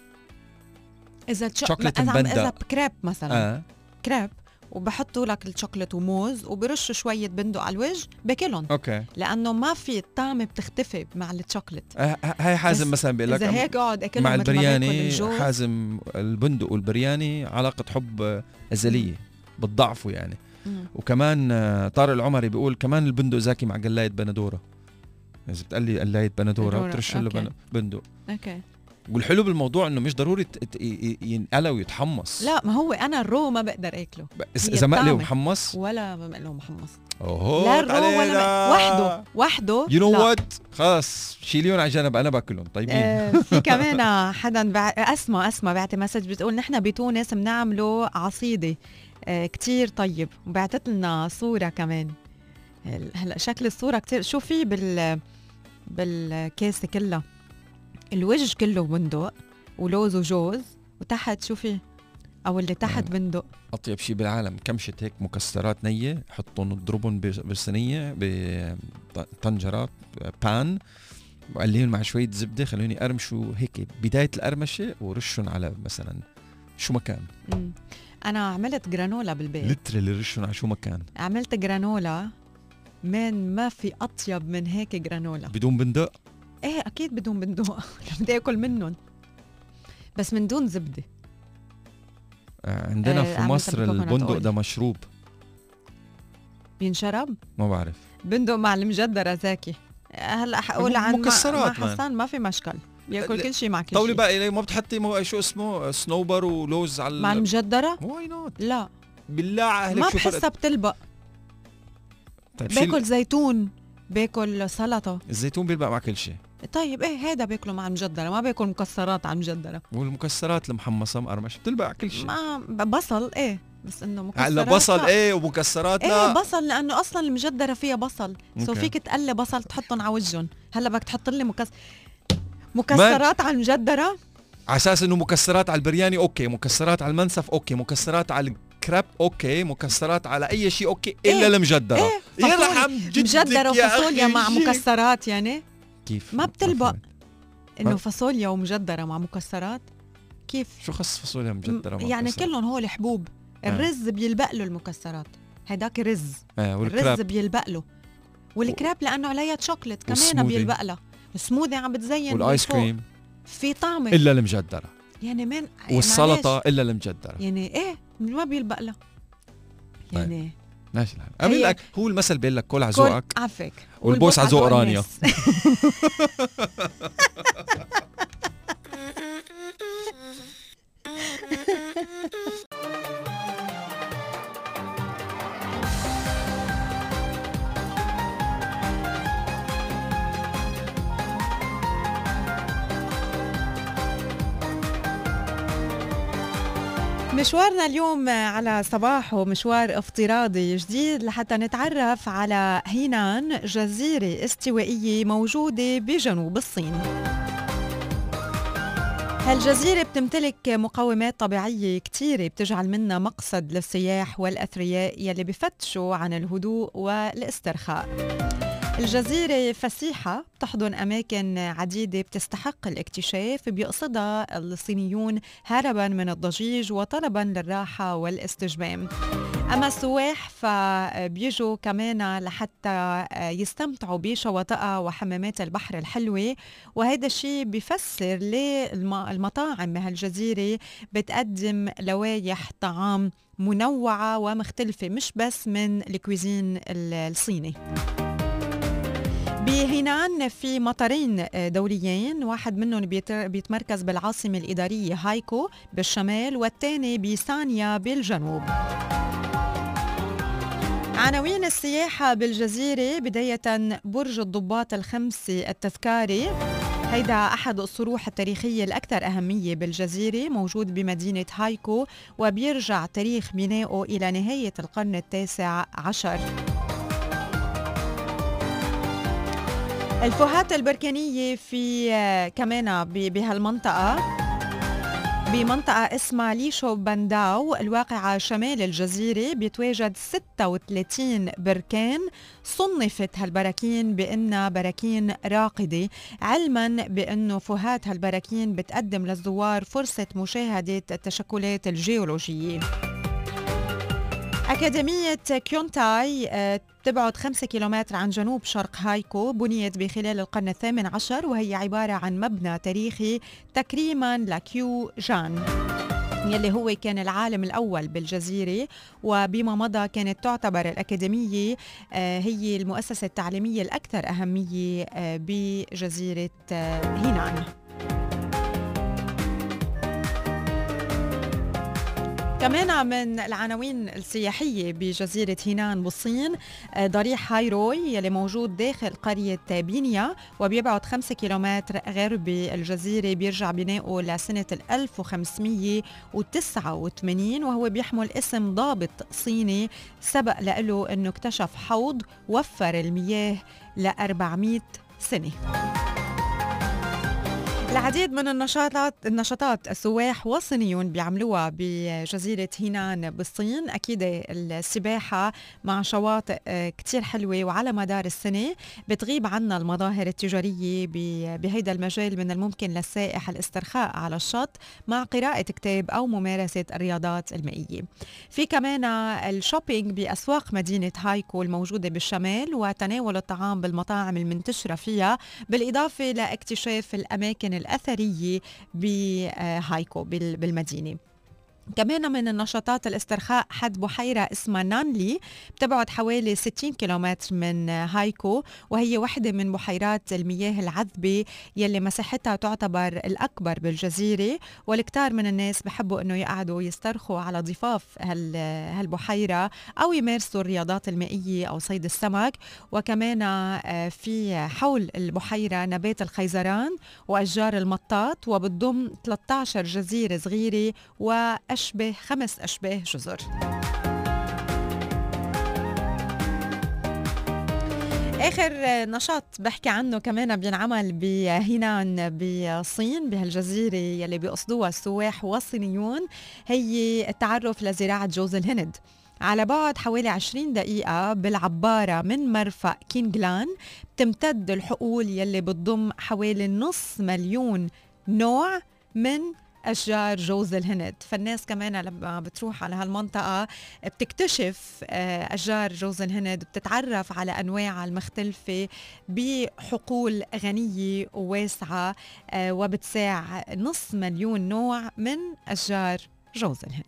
اذا شوكليت مبندق، اذا كريب مثلا كريب وبحطوا لك الشوكليت وموز وبرشوا شويه بندق على الوجه باكلهم. اوكي لانه ما في الطعم بتختفي مع الشوكليت. هاي حازم مثلا بيقول لك اذا هيك اقعد اكلهم مع البرياني. حازم البندق والبرياني علاقه حب ازليه بتضعفوا يعني. وكمان طارق العمري بيقول كمان البندق زاكي مع قلايه بندوره. اذا بتقلي قلايه بندوره بترش له بندق. اوكي. والحلو بالموضوع انه مش ضروري ينقلى ويتحمص. لا ما هو انا الرو ما بقدر اكله اذا مقلي ومحمص ولا مقلي ومحمص. لا الرو ولا وحده يو نو وات. خلص شيليون على جنب انا باكلهم طيبين. في كمان حدا اسمع بعت مسج بتقول نحن بتونس بنعمله عصيده كتير طيب، وبعتت لنا صوره كمان. هلا شكل الصوره كتير. شو في بالكاسه كلها؟ الوجه كله بندق ولوز وجوز، وتحت شو في؟ او اللي تحت بندق. اطيب شيء بالعالم كمشة هيك مكسرات نيه، حطهم اضربهم بالصينيه بطنجره بان، وقليهم مع شويه زبده، خلوني يقرمشوا هيك بدايه القرمشه، ورشهم على مثلا شو مكان. انا عملت جرانولا بالبيت. لترلي رشهم على شو مكان. عملت جرانولا من ما في اطيب من هيك جرانولا بدون بندق. ايه اكيد بدون بندق. بدي اكل منهم بس من دون زبده. عندنا في مصر البندق ده مشروب بينشرب. ما بعرف. بندق مع المجدره زاكي. هلا حقول عن مكسرات مع حسان ما في مشكل، بياكل كل شيء مع كل شيء. طولي بقى ما بتحطي شو اسمه صنوبر ولوز على مع المجدره. واي نوت. لا بالله عليك ما بحسها بتلبق. طيب باكل زيتون، باكل سلطه. الزيتون بيلبق مع كل شيء. طيب ايه هيدا باكله مع المجدره، ما باكل مكسرات على المجدره. والمكسرات المحمصه مقرمشه بتلبق على كل شيء. ما بصل ايه بس انه مكسرات. هلا بصل ايه ومكسرات لا. ايه بصل لانه اصلا المجدره فيها بصل، سو فيك تقلي بصل تحطهم على وجهن. هلا بدك تحط لي مكسرات على المجدره على اساس انه مكسرات على البرياني اوكي، مكسرات على المنسف اوكي، مكسرات على الكريب اوكي، مكسرات على اي شيء اوكي الا المجدره. إيه؟ يرحم جدك مجدره وفاصوليا مع مكسرات يعني كيف ما بتلبق؟ انه فاصوليا ومجدره مع مكسرات كيف؟ شو خص فاصوليا مجدره مع يعني كلهم هول حبوب. الرز بيلبق له المكسرات، هيداك رز. الرز بيلبق له، والكريب لانه عليها شوكليت كمان بيلبق لها. السموذي عم بتزين، والايس كريم في طعمه الا المجدره يعني من والسلطه الا المجدره يعني ايه ما بيلبق لها يعني. ماشي الحال. أقول لك هو المثل بيقول لك كل على ذوقك عفك والبوس على ذوق رانيا. مشوارنا اليوم على صباحه مشوار افتراضي جديد لحتى نتعرف على هينان، جزيرة استوائية موجودة بجنوب الصين. هالجزيرة بتمتلك مقومات طبيعية كتيرة بتجعل منها مقصد للسياح والأثرياء يلي بفتشوا عن الهدوء والاسترخاء. الجزيرة فسيحة بتحضن أماكن عديدة بتستحق الاكتشاف، بيقصدها الصينيون هربا من الضجيج وطلبا للراحة والاستجمام. أما السواح فبيجوا كمان لحتى يستمتعوا بشواطئها وحمامات البحر الحلوة، وهذا الشيء بيفسر ليه المطاعم بهالجزيرة بتقدم لوايح طعام منوعة ومختلفة مش بس من الكويزين الصيني. بهينان في مطارين دوليين، واحد منهم بيتمركز بالعاصمة الإدارية هايكو بالشمال والثاني بسانيا بالجنوب. عناوين السياحة بالجزيرة، بداية برج الضباط الخمسي التذكاري، هيدا أحد الصروح التاريخية الأكثر أهمية بالجزيرة، موجود بمدينة هايكو وبيرجع تاريخ بنائه إلى نهاية القرن التاسع عشر. الفوهات البركانية في كمان بهالمنطقة، بمنطقة اسمها ليشو بانداو الواقعة شمال الجزيرة، بيتواجد 36 بركان. صنفت هالبراكين بأنها براكين راقدة، علما بأنه فوهات هالبراكين بتقدم للزوار فرصة مشاهدة التشكلات الجيولوجية. أكاديمية كيونتاي تبعد 5 كيلومتر عن جنوب شرق هايكو، بنيت بخلال القرن الثامن عشر، وهي عبارة عن مبنى تاريخي تكريما لكيو جان يلي هو كان العالم الأول بالجزيرة، وبما مضى كانت تعتبر الأكاديمية هي المؤسسة التعليمية الأكثر أهمية بجزيرة هينان. كمان من العناوين السياحية بجزيرة هينان بالصين، ضريح هايروي يلي موجود داخل قرية بينيا وبيبعد 5 كيلومتر غربي الجزيرة، بيرجع بناؤه لسنة 1589 وهو بيحمل اسم ضابط صيني سبق له أنه اكتشف حوض وفر المياه ل400 سنة. العديد من النشاطات السواح وصينيون بيعملوها بجزيرة هينان بالصين. أكيد السباحة مع شواطئ كتير حلوة وعلى مدار السنة بتغيب عنا المظاهر التجارية بهيدا المجال. من الممكن للسائح الاسترخاء على الشط مع قراءة كتاب أو ممارسة الرياضات المائية. في كمان الشوبينج بأسواق مدينة هايكو الموجودة بالشمال وتناول الطعام بالمطاعم المنتشرة فيها، بالإضافة لاكتشاف الأماكن الأثرية بهايكو بالمدينة. كمان من النشاطات الاسترخاء حد بحيرة اسمها نانلي، بتبعد حوالي 60 كيلومتر من هايكو، وهي واحدة من بحيرات المياه العذبة يلي مساحتها تعتبر الأكبر بالجزيرة، والكتار من الناس بحبوا أنه يقعدوا يسترخوا على ضفاف هالبحيرة أو يمارسوا الرياضات المائية أو صيد السمك. وكمان في حول البحيرة نبات الخيزران وأشجار المطاط، وبتضم 13 جزيرة صغيرة وأشبه 5 أشباه جزر. آخر نشاط بحكي عنه كمان بينعمل بهينان بالصين بهالجزيرة يلي بيقصدوها السواح والصينيون، هي التعرف لزراعة جوز الهند. على بعد حوالي 20 دقيقة بالعبارة من مرفأ كينغلان بتمتد الحقول يلي بتضم حوالي 500,000 نوع من أشجار جوز الهند. فالناس كمان لما بتروح على هالمنطقة بتكتشف أشجار جوز الهند، بتتعرف على أنواعها المختلفة بحقول غنية وواسعة، وبتساع 500,000 نوع من أشجار جوز الهند.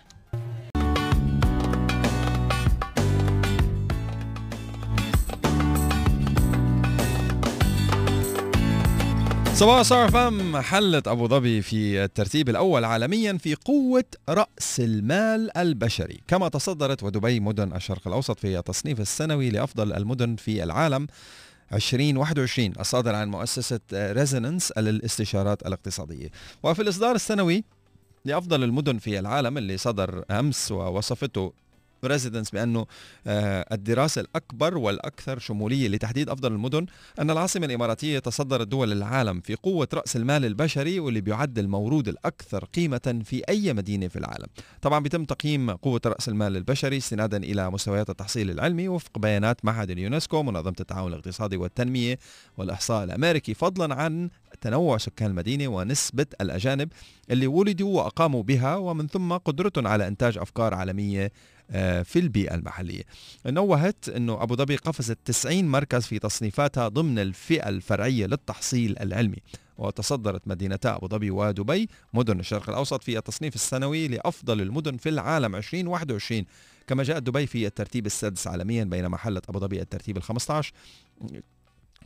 صباح صار فم حلت أبو ظبي في الترتيب الأول عالميا في قوة رأس المال البشري، كما تصدرت ودبي مدن الشرق الأوسط في التصنيف السنوي لأفضل المدن في العالم 2021 الصادر عن مؤسسة ريزونانس للاستشارات الاقتصادية. وفي الإصدار السنوي لأفضل المدن في العالم اللي صدر أمس ووصفته ريزيدنس بأنه الدراسة الأكبر والأكثر شمولية لتحديد أفضل المدن، أن العاصمة الإماراتية تصدرت دول العالم في قوة رأس المال البشري، واللي بيعد المورود الأكثر قيمة في أي مدينة في العالم. طبعا بيتم تقييم قوة رأس المال البشري استنادا إلى مستويات التحصيل العلمي وفق بيانات معهد اليونسكو منظمة التعاون الاقتصادي والتنمية والإحصاء الأمريكي، فضلا عن تنوع سكان المدينة ونسبة الأجانب اللي ولدوا وأقاموا بها، ومن ثم قدرتهم على إنتاج أفكار عالمية في البيئة المحلية. نوهت أنه أبو ظبي قفزت 90 مركز في تصنيفاتها ضمن الفئة الفرعية للتحصيل العلمي، وتصدرت مدينتا أبو ظبي ودبي مدن الشرق الأوسط في التصنيف السنوي لأفضل المدن في العالم 2021. كما جاءت دبي في الترتيب السادس عالميا، بينما حلت أبو ظبي الترتيب ال15.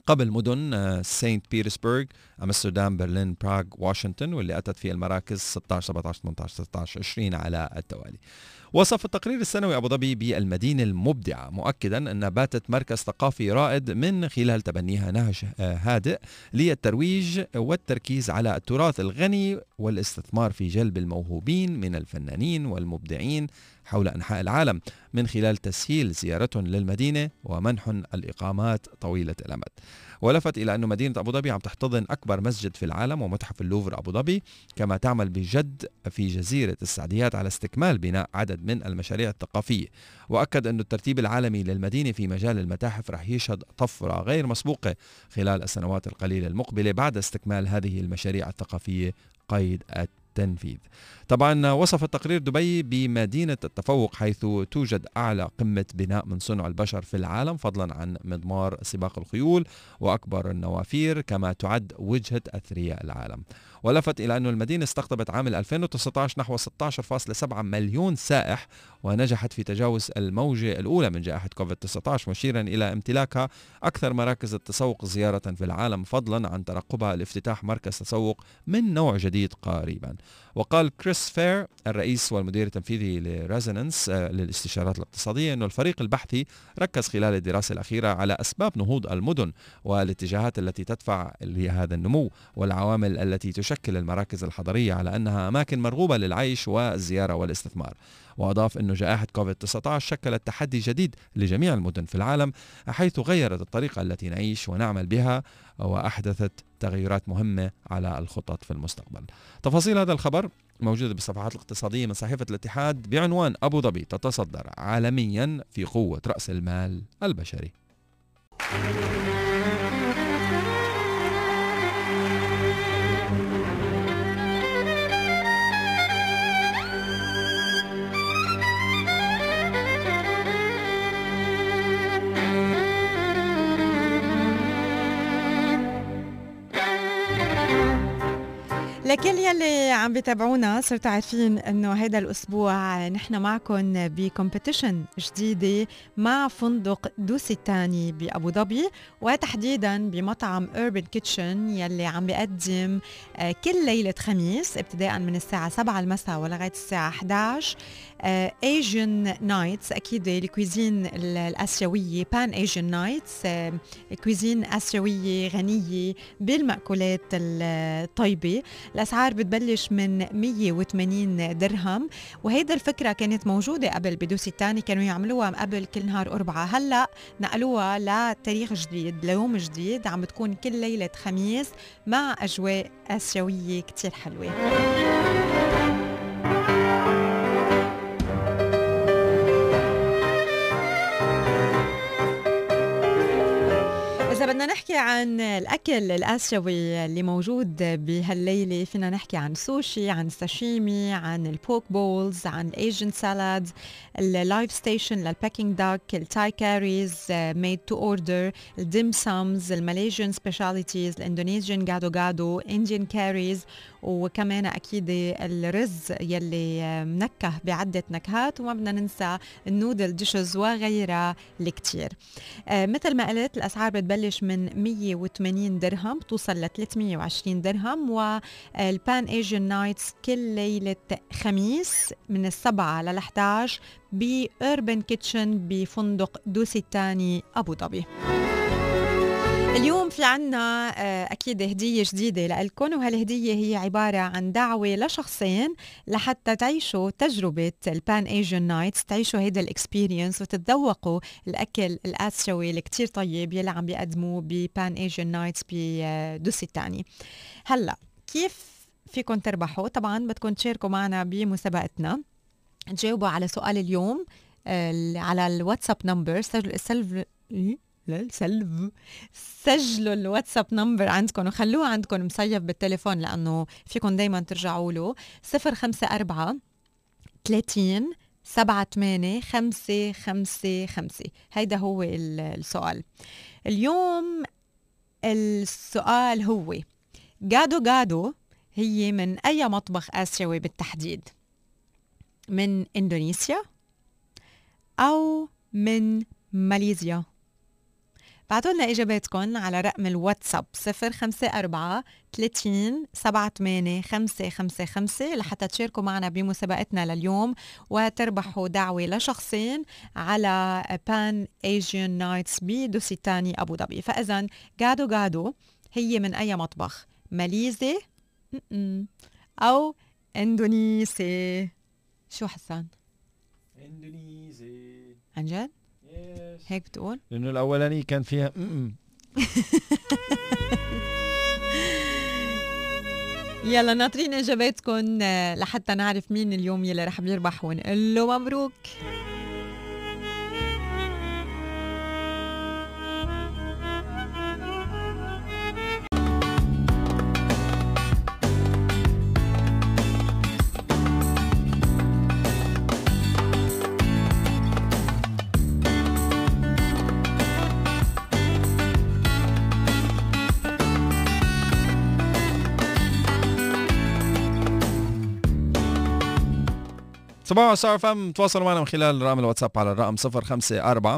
قبل مدن سانت بيترسبرغ، أمستردام، برلين، براغ، واشنطن، واللي أتت في المراكز 16 17 18 19 20 على التوالي. وصف التقرير السنوي أبو ظبي بالمدينة المبدعة، مؤكدا أنها باتت مركز ثقافي رائد من خلال تبنيها نهج هادئ للترويج والتركيز على التراث الغني والاستثمار في جلب الموهوبين من الفنانين والمبدعين حول أنحاء العالم من خلال تسهيل زيارتهم للمدينة ومنح الإقامات طويلة الأمد. ولفت إلى أن مدينة أبو ظبي عم تحتضن أكبر مسجد في العالم ومتحف اللوفر أبو ظبي، كما تعمل بجد في جزيرة السعديات على استكمال بناء عدد من المشاريع الثقافية. وأكد أن الترتيب العالمي للمدينة في مجال المتاحف رح يشهد طفرة غير مسبوقة خلال السنوات القليلة المقبلة بعد استكمال هذه المشاريع الثقافية قيد التنفيذ. طبعا وصف التقرير دبي بمدينة التفوق، حيث توجد أعلى قمة بناء من صنع البشر في العالم، فضلا عن مضمار سباق الخيول وأكبر النوافير، كما تعد وجهة أثرياء العالم. ولفت إلى أن المدينة استقطبت عام 2019 نحو 16.7 مليون سائح، ونجحت في تجاوز الموجة الأولى من جائحة كوفيد-19، مشيرا إلى امتلاكها أكثر مراكز التسوق زيارة في العالم، فضلا عن ترقبها لافتتاح مركز تسوق من نوع جديد قريبا. وقال كريس فير الرئيس والمدير التنفيذي لريزونانس للاستشارات الاقتصادية أن الفريق البحثي ركز خلال الدراسة الأخيرة على أسباب نهوض المدن والاتجاهات التي تدفع لهذا النمو والعوامل التي تشكل المراكز الحضرية على أنها أماكن مرغوبة للعيش والزيارة والاستثمار. وأضاف أن جائحة كوفيد-19 شكلت تحدي جديد لجميع المدن في العالم، حيث غيرت الطريقة التي نعيش ونعمل بها وأحدثت تغيرات مهمة على الخطط في المستقبل. تفاصيل هذا الخبر موجودة بالصفحات الاقتصادية من صحيفة الاتحاد بعنوان أبو ظبي تتصدر عالميا في قوة رأس المال البشري. لكل يلي عم بيتابعونا صرتوا عارفين انه هيدا الاسبوع نحن معكم بكومبيتيشن جديده مع فندق دوسيتاني بابو ظبي، وتحديدا بمطعم Urban Kitchen يلي عم بيقدم كل ليله خميس ابتداء من الساعه 7 المساء ولغايه الساعه 11 Asian Nights. أكيد الكويزين الآسيوية Pan Asian Nights، كويزين آسيوية غنية بالمأكولات الطيبة. الأسعار بتبلش من 180 درهم، وهيدا الفكرة كانت موجودة قبل بدوسيتاني، كانوا يعملوها قبل كل نهار أربعة، هلأ نقلوها لتاريخ جديد ليوم جديد، عم بتكون كل ليلة خميس مع أجواء آسيوية كتير حلوة. إذا بدنا نحكي عن الأكل الآسيوي اللي موجود بهالليلة، فينا نحكي عن سوشي، عن ساشيمي، عن البوك بولز، عن الأيجن سالاد، اللايف ستيشن للباكينج داك، التاي كاريز ميد تو اوردر، الديم سامز، الماليزيان سبيشاليتيز، الاندونيزيان جادو جادو، انديان كاريز، وكمان أكيد الرز يلي منكه بعدة نكهات، وما بدنا ننسى النودل ديشز وغيرها الكتير. مثل ما قلت الأسعار بتبلش من 180 درهم توصل ل 320 درهم، والبان ايجن نايتس كل ليلة خميس من 7 ل 11 بأوربن كيتشن بفندق دوسيتاني أبو ظبي. اليوم في عنا أكيد هدية جديدة لألكم، وهالهدية هي عبارة عن دعوة لشخصين لحتى تعيشوا تجربة البان ايجن نايتس، تعيشوا هيدا الاكسبيرينس وتتذوقوا الأكل الآسيوي الكتير طيب يلي عم بيقدموه ببان ايجن نايتس بدوسيتاني. هلأ كيف فيكم تربحوا؟ طبعا بدكم تشاركوا معنا بمسابقتنا، تجاوبوا على سؤال اليوم على الواتساب نمبر. سجلوا الواتساب نمبر عندكم وخلوه عندكم مصيف بالتليفون لأنه فيكم دايما ترجعوا له. 054 30 78 555. هيدا هو السؤال اليوم. السؤال هو جادو جادو هي من أي مطبخ آسيوي بالتحديد؟ من إندونيسيا أو من ماليزيا؟ بعتوا لنا إجاباتكم على رقم الواتساب 054 30 78 555 لحتى تشاركوا معنا بمسابقتنا لليوم وتربحوا دعوة لشخصين على بان ايجيان نايتس بدوسيتاني أبو ظبي. فإذا قادو هي من أي مطبخ؟ ماليزي أو إندونيسي؟ شو حسان؟ اندونيسي. عن جد؟ يس. هيك بتقول؟ لأنه الأولاني كان فيها يلا ناطرين إجاباتكم لحتى نعرف مين اليوم يلي رح بيربح ونقول له مبروك. صباح صار فم. تواصلوا معنا من خلال رقم الواتساب على الرقم 054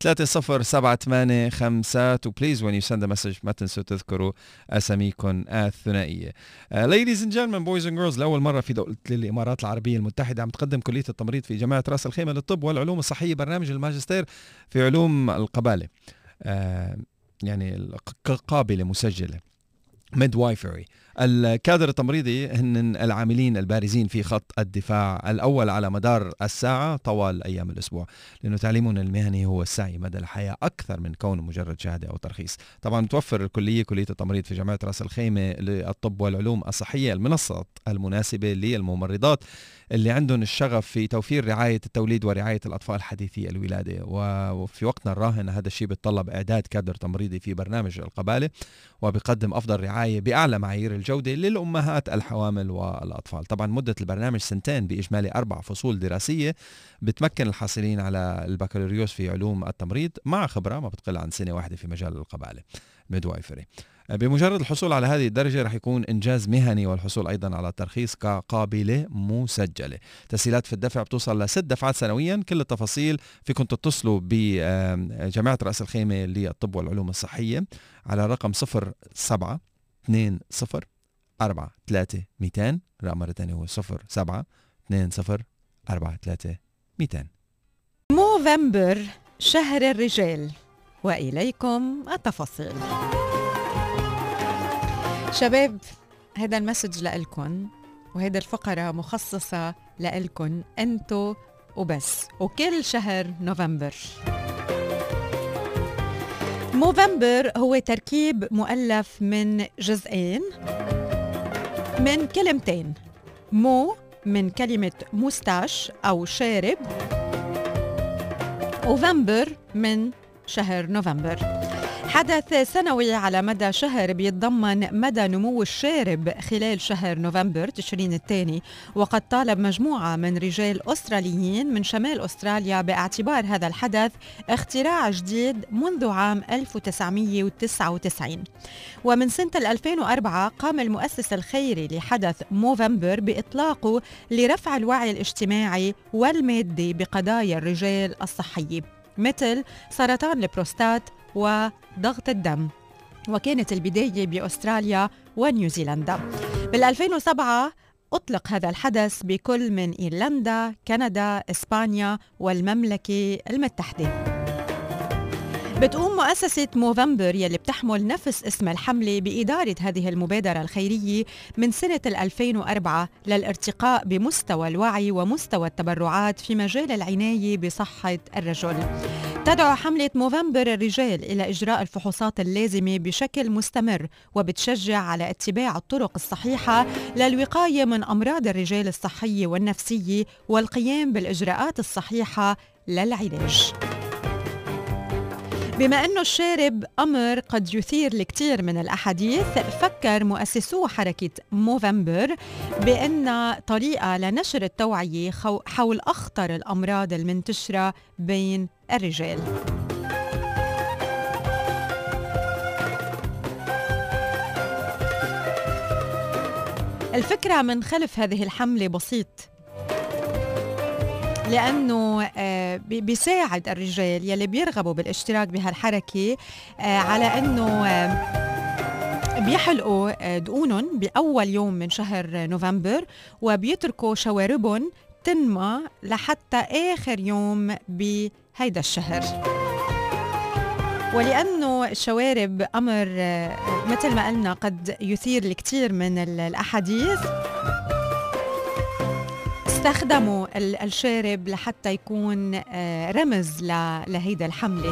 3078 وبليز when you send a message ما تنسوا تذكروا أساميكم الثنائية. Ladies and gentlemen, boys and girls, لأول مرة في دولة الإمارات العربية المتحدة عم تقدم كلية التمريض في جامعة رأس الخيمة للطب والعلوم الصحية برنامج الماجستير في علوم القبالة، يعني قابلة مسجلة midwifery. الكادر التمريضي هن العاملين البارزين في خط الدفاع الأول على مدار الساعة طوال أيام الأسبوع، لأنه تعليمنا المهني هو السعي مدى الحياة أكثر من كونه مجرد شهادة أو ترخيص. طبعا توفر كلية التمريض في جامعة رأس الخيمة للطب والعلوم الصحية المنصات المناسبة للممرضات اللي عندهم الشغف في توفير رعاية التوليد ورعاية الأطفال حديثي الولادة. وفي وقتنا الراهن هذا الشيء بيتطلب إعداد كادر تمريضي في برنامج القبالة، وبيقدم أفضل رعاية بأعلى معايير الجودة للأمهات الحوامل والأطفال. طبعا مدة البرنامج 2 سنين بإجمالي 4 فصول دراسية بتمكن الحاصلين على البكالوريوس في علوم التمريض مع خبرة ما بتقل عن سنة واحدة في مجال القبالة midwifery. بمجرد الحصول على هذه الدرجة رح يكون إنجاز مهني والحصول أيضا على ترخيص كقابلة مسجلة. تسهيلات في الدفع بتوصل ل6 دفعات سنويا. كل التفاصيل فيكم تتصلوا بجامعة رأس الخيمة للطب والعلوم الصحية على رقم 07 20 4 3 200. رقم مرة تانية هو 07 20 4 3 200. موفمبر شهر الرجال، وإليكم التفاصيل. شباب، هذا المسج لإلكن، وهذا الفقرة مخصصة لإلكن أنتو وبس، وكل شهر نوفمبر. موفمبر هو تركيب مؤلف من جزئين من كلمتين. مو من كلمة موستاش أو شارب، وفمبر من شهر نوفمبر. حدث سنوي على مدى شهر بيتضمن مدى نمو الشارب خلال شهر نوفمبر تشرين الثاني، وقد طالب مجموعة من رجال أستراليين من شمال أستراليا باعتبار هذا الحدث اختراع جديد منذ عام 1999. ومن سنة 2004 قام المؤسس الخيري لحدث موفمبر بإطلاقه لرفع الوعي الاجتماعي والمادي بقضايا الرجال الصحية مثل سرطان البروستات وضغط الدم، وكانت البداية بأستراليا ونيوزيلندا. بال2007 أطلق هذا الحدث بكل من إيرلندا، كندا، إسبانيا والمملكة المتحدة. بتقوم مؤسسة موفمبر يلي بتحمل نفس اسم الحملة بإدارة هذه المبادرة الخيرية من سنة 2004 للارتقاء بمستوى الوعي ومستوى التبرعات في مجال العناية بصحة الرجل. تدعو حملة موفمبر الرجال إلى إجراء الفحوصات اللازمة بشكل مستمر، وبتشجع على اتباع الطرق الصحيحة للوقاية من أمراض الرجال الصحية والنفسية والقيام بالإجراءات الصحيحة للعلاج. بما أنه الشارب أمر قد يثير الكثير من الأحاديث، فكر مؤسسو حركة موفمبر بأن طريقة لنشر التوعية حول أخطر الأمراض المنتشرة بين الرجال. الفكرة من خلف هذه الحملة بسيط، لأنه بيساعد الرجال يلي بيرغبوا بالاشتراك بهالحركة على أنه بيحلقوا دقونهم بأول يوم من شهر نوفمبر وبيتركوا شواربهم تنمى لحتى آخر يوم بهيدا الشهر. ولأنه الشوارب أمر مثل ما قلنا قد يثير الكثير من الأحاديث، استخدموا الشارب لحتى يكون رمز لهيدا الحملة.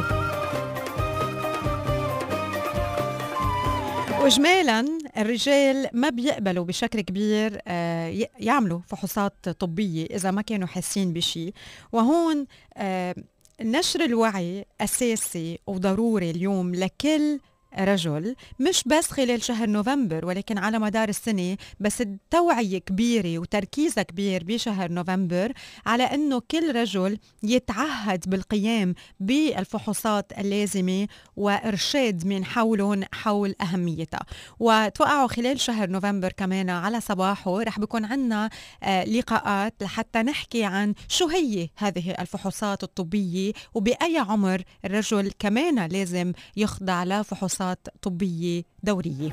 وإجمالاً الرجال ما بيقبلوا بشكل كبير يعملوا فحوصات طبية إذا ما كانوا حاسين بشي، وهون نشر الوعي أساسي وضروري اليوم لكل رجل، مش بس خلال شهر نوفمبر ولكن على مدار السنة، بس التوعية كبيرة وتركيزها كبير بشهر نوفمبر على أنه كل رجل يتعهد بالقيام بالفحوصات اللازمة وإرشاد من حولهم حول أهميتها. وتوقعوا خلال شهر نوفمبر كمان على صباحه رح بيكون عنا لقاءات لحتى نحكي عن شو هي هذه الفحوصات الطبية وبأي عمر الرجل كمان لازم يخضع لفحوصات طبية دورية.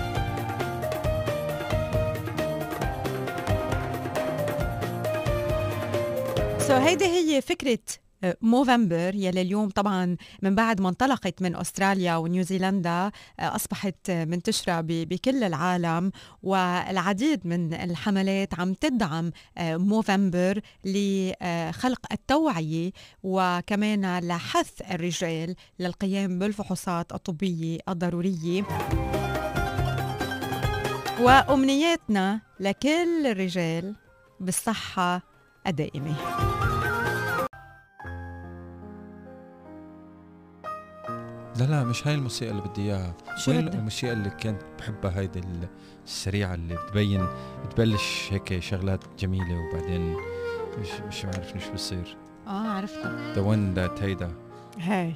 هيدي هي فكرة موفمبر يلي اليوم طبعا من بعد ما انطلقت من أستراليا ونيوزيلندا أصبحت منتشرة بكل العالم، والعديد من الحملات عم تدعم موفمبر لخلق التوعية وكمان لحث الرجال للقيام بالفحوصات الطبية الضرورية. وأمنياتنا لكل الرجال بالصحة الدائمة. لا مش هاي الموسيقى اللي بدي اياها. شو وين بدك؟ الموسيقى اللي كنت بحبها، هيدي السريعة اللي بتبلش هيك شغلات جميلة وبعدين مش عارف شو بصير. عرفتها. The one that هيدا هاي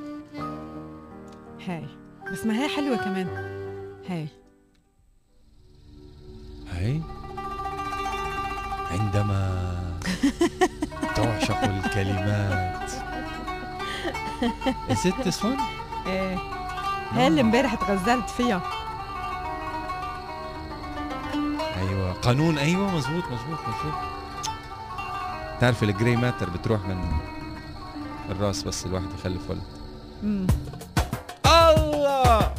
بس ما هي حلوة كمان. هاي عندما تعشق الكلمات. Is it this one؟ هاي اللي امبارح تغزلت فيها. ايوه قانون، ايوه مزبوط. تعرف الجري ماتر بتروح من الراس بس الواحد يخلف ولد. الله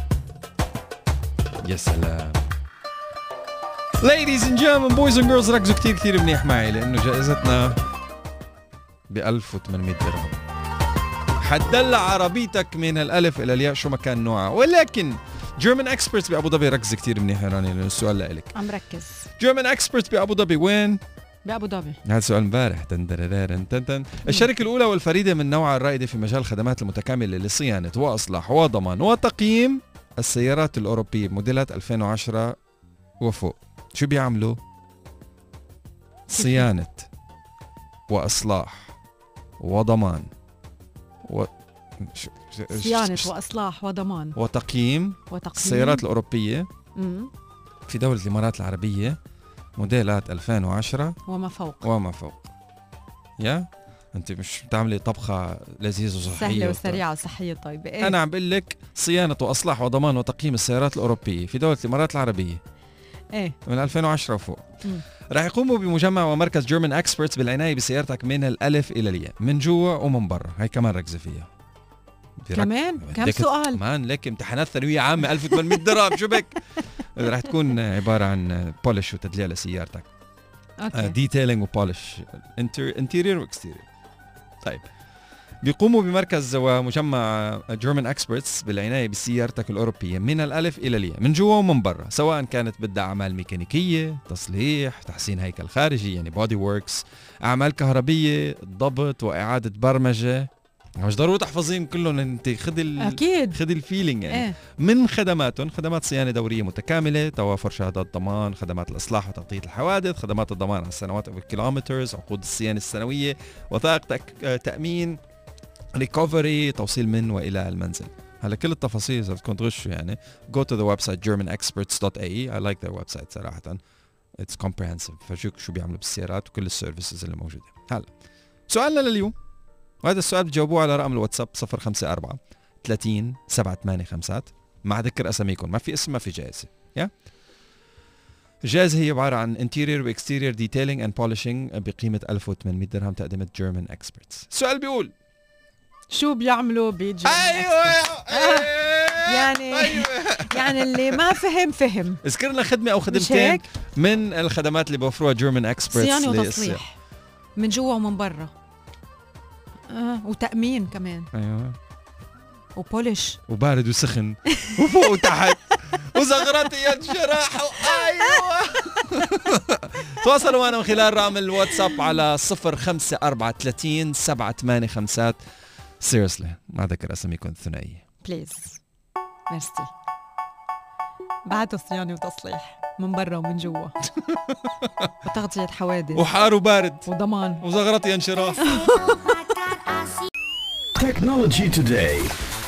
يا سلام. Ladies and gentlemen, boys and girls، ركزوا كتير منيح معي لأنه جائزتنا ب1800 درهم. حتدلع عربيتك من الألف إلى الياء شو ما كان نوعها. ولكن German Experts بأبو ظبي، ركز كتير منيح يا راني لأنه السؤال لإلك. عم ركز. German Experts بأبو ظبي وين؟ بأبو ظبي. هذا سؤال امبارح. الشركة الأولى والفريدة من نوعها الرائدة في مجال الخدمات المتكاملة لصيانة وإصلاح وضمان وتقييم السيارات الأوروبية موديلات 2010 وفوق. شو بيعملوا؟ صيانة وإصلاح وضمان صيانة وإصلاح وضمان وتقييم السيارات الأوروبية في دولة الإمارات العربية موديلات 2010 وما فوق. يا أنت مش بتعملي طبخة لذيذة وصحية سهلة وسريعة وصحية طيبة. أنا عم بقول لك صيانة وإصلاح وضمان وتقييم السيارات الأوروبية في دولة الإمارات العربية من 2010 وفوق. راح يقوموا بمجمع ومركز جيرمان اكسبرتس بالعناية بسيارتك من الألف إلى الياء، من جوا ومن برا. هاي كمان ركزة فيها كمان. كم سؤال؟ مان لك امتحانات ثانوية عامة 1800 درهم. شو بك؟ راح تكون عبارة عن بولش وتدليع لسيارتك. ديتيلينج وبولش انتيريور واكستيريور. طيب بيقوموا بمركز ومجمع جيرمان اكسبرتس بالعناية بسيارتك الأوروبية من الألف إلى الياء، من جوا ومن برا، سواء كانت بدها أعمال ميكانيكية، تصليح، تحسين هيكل خارجي يعني بودي ووركس، أعمال كهربية، ضبط وإعادة برمجة. مش ضروري تحفظين كلهم، انت اكيد خذي الفيلينج يعني. من خدماتهم خدمات صيانه دوريه متكامله، توافر شهادات ضمان، خدمات الاصلاح وتغطيه الحوادث، خدمات الضمان على السنوات والكيلومترز، عقود الصيانه السنويه، وثائق تامين، ريكفري، توصيل من والى المنزل. هلا كل التفاصيل اذا بدكم تغشوا يعني go to the website germanexperts.ae. I like their website صراحه. It's comprehensive. فشوف شو بيعملوا بالسيارات وكل السيرفيسز اللي موجوده. هلا سؤالنا لليوم، وهذا السؤال بتجاوبوه على رقم الواتساب 054 30 785 مع ذكر اساميكم، ما في اسم ما في جائزه. يا الجائزة هي عبارة عن interior و exterior detailing and polishing بقيمة 1800 درهم تقدمة German Experts. السؤال بيقول شو بيعملوا بجيرمان أيوة يعني اللي ما فهم. اذكر لنا خدمة أو خدمتين من الخدمات اللي بوفروها German Experts. صيانة وتصليح من جوا ومن برا، وتأمين كمان. أيوة. وبولش وبارد وسخن وفوق وتحت وزغرتي ينشرح. ايوه تواصلوا معنا من خلال رقم الواتساب على 05430 785. سيريسلي ما ذكر اساميكم الثنائيه بليز. ميرسي. بعده صيانه وتصليح من برا ومن جوا وتغطية حوادث وحار وبارد وضمان وزغرتي ينشرح. Technology Today.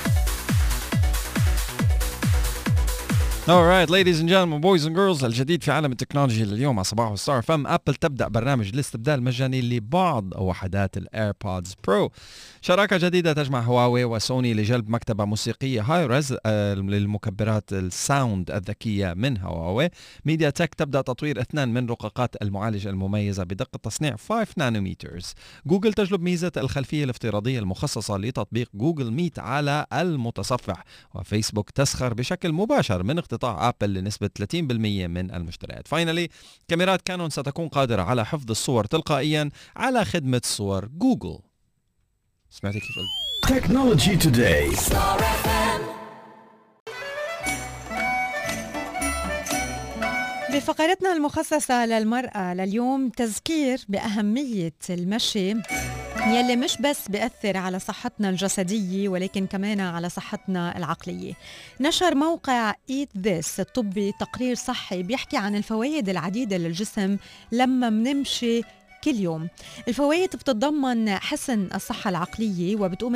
Alright ladies and gentlemen, boys and girls، الجديد في عالم التكنولوجيا لليوم على صباح ستار فم. ابل تبدأ برنامج الاستبدال المجاني لبعض وحدات الايربودز برو. شراكة جديدة تجمع هواوي وسوني لجلب مكتبة موسيقية هاي ريز للمكبرات الساوند الذكية من هواوي. ميديا تك تبدأ تطوير 2 من رقاقات المعالج المميزة بدقة تصنيع 5 نانومترز. جوجل تجلب ميزة الخلفية الافتراضية المخصصة لتطبيق جوجل ميت على المتصفح. وفيسبوك تسخر بشكل مباشر من اقتطاع ابل لنسبة 30% من المشتريات. فاينلي كاميرات كانون ستكون قادرة على حفظ الصور تلقائيا على خدمة صور جوجل. سمعتي كيف قلت؟ Technology Today. بفقرتنا المخصصة للمرأة لليوم تذكير بأهمية المشي يلي مش بس بيأثر على صحتنا الجسدية ولكن كمان على صحتنا العقلية. نشر موقع Eat This الطبي تقرير صحي بيحكي عن الفوائد العديدة للجسم لما منمشي كل يوم. الفوائد بتتضمن حسن الصحة العقلية، وبتقول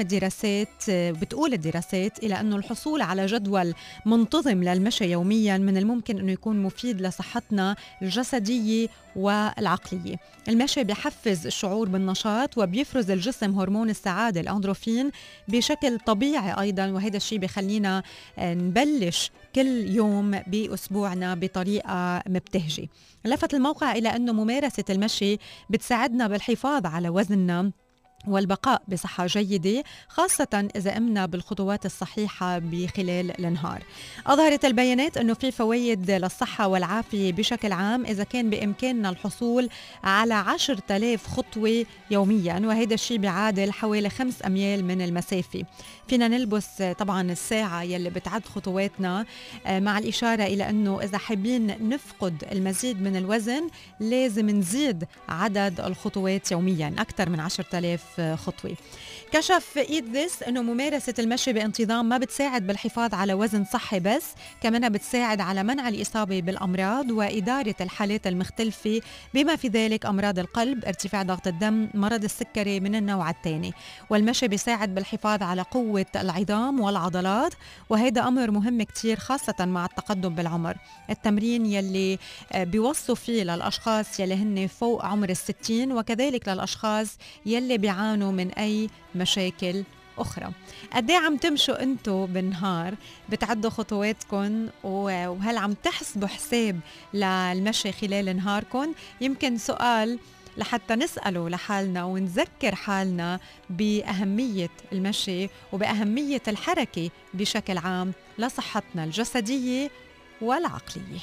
الدراسات إلى أنه الحصول على جدول منتظم للمشي يوميا من الممكن أنه يكون مفيد لصحتنا الجسدية والعقلية. المشي بيحفز الشعور بالنشاط وبيفرز الجسم هرمون السعادة الأندروفين بشكل طبيعي أيضا، وهذا الشيء بيخلينا نبلش كل يوم بأسبوعنا بطريقة مبتهجة. لفت الموقع إلى أنه ممارسة المشي بتساعدنا بالحفاظ على وزننا والبقاء بصحة جيدة، خاصة إذا قمنا بالخطوات الصحيحة بخلال النهار. أظهرت البيانات أنه في فوائد للصحة والعافية بشكل عام إذا كان بإمكاننا الحصول على 10,000 خطوة يوميا، وهذا الشيء بيعادل حوالي 5 أميال من المسافة. فينا نلبس طبعا الساعة يلي بتعد خطواتنا، مع الإشارة إلى أنه إذا حابين نفقد المزيد من الوزن لازم نزيد عدد الخطوات يوميا أكثر من 10,000 خطوة. كشف Eat This أنه ممارسة المشي بانتظام ما بتساعد بالحفاظ على وزن صحي بس، كمان بتساعد على منع الإصابة بالأمراض وإدارة الحالات المختلفة بما في ذلك أمراض القلب، ارتفاع ضغط الدم، مرض السكري من النوع الثاني. والمشي بيساعد بالحفاظ على قوة العظام والعضلات، وهذا أمر مهم كتير خاصة مع التقدم بالعمر. التمرين يلي بيوصوا فيه للأشخاص يلي هن فوق عمر 60 وكذلك للأشخاص يلي بيعانوا من أي مشاكل أخرى. قديه عم تمشوا أنتوا بالنهار؟ بتعدوا خطواتكم وهل عم تحسبوا حساب للمشي خلال نهاركم؟ يمكن سؤال لحتى نسأله لحالنا ونذكر حالنا بأهمية المشي وبأهمية الحركة بشكل عام لصحتنا الجسدية والعقلية.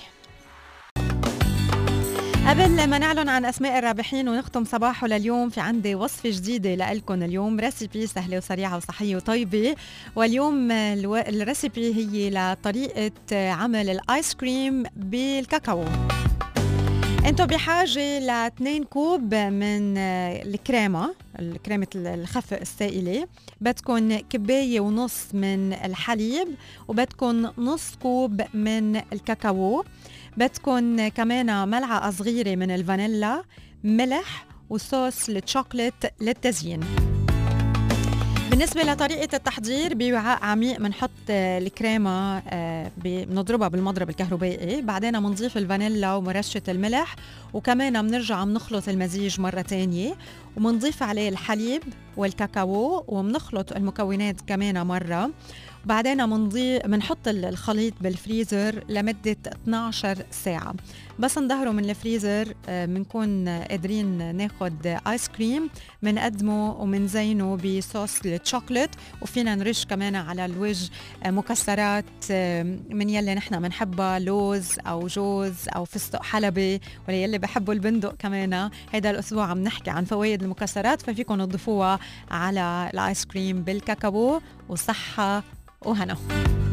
قبل ما نعلن عن أسماء الرابحين ونختم صباحه لليوم، في عندي وصفة جديدة لكم اليوم، ريسيبي سهلة وسريعة وصحية وطيبة. واليوم الريسيبي هي لطريقة عمل الآيس كريم بالكاكاو. انتوا بحاجة ل2 كوب من الكريمة الخفق السائلة، بدكن 1.5 كوب من الحليب، وبدكن نص كوب من الكاكاو، بدكن كمان ملعقة صغيرة من الفانيلا، ملح وصوص الشوكولات للتزيين. بالنسبة لطريقة التحضير، بوعاء عميق بنحط الكريمة، بنضربها بالمضرب الكهربائي، بعدين بنضيف الفانيلا ومرشة الملح، وكمان بنرجع بنخلط المزيج مرة تانية، وبنضيف عليه الحليب والكاكاو، وبنخلط المكونات كمان مرة. بعدين بنحط الخليط بالفريزر لمدة 12 ساعة. بس نظهره من الفريزر بنكون قادرين ناخد آيس كريم، منقدمه ومنزينه بصوص الشوكولات، وفينا نرش كمان على الوجه مكسرات من يلي نحن منحبها، لوز أو جوز أو فستق حلبي، ولا يلي بحبوا البندق كمان. هيدا الأسبوع عم نحكي عن فوائد المكسرات، ففيكم تضيفوها على الآيس كريم بالكاكاو، وصحة وهنا.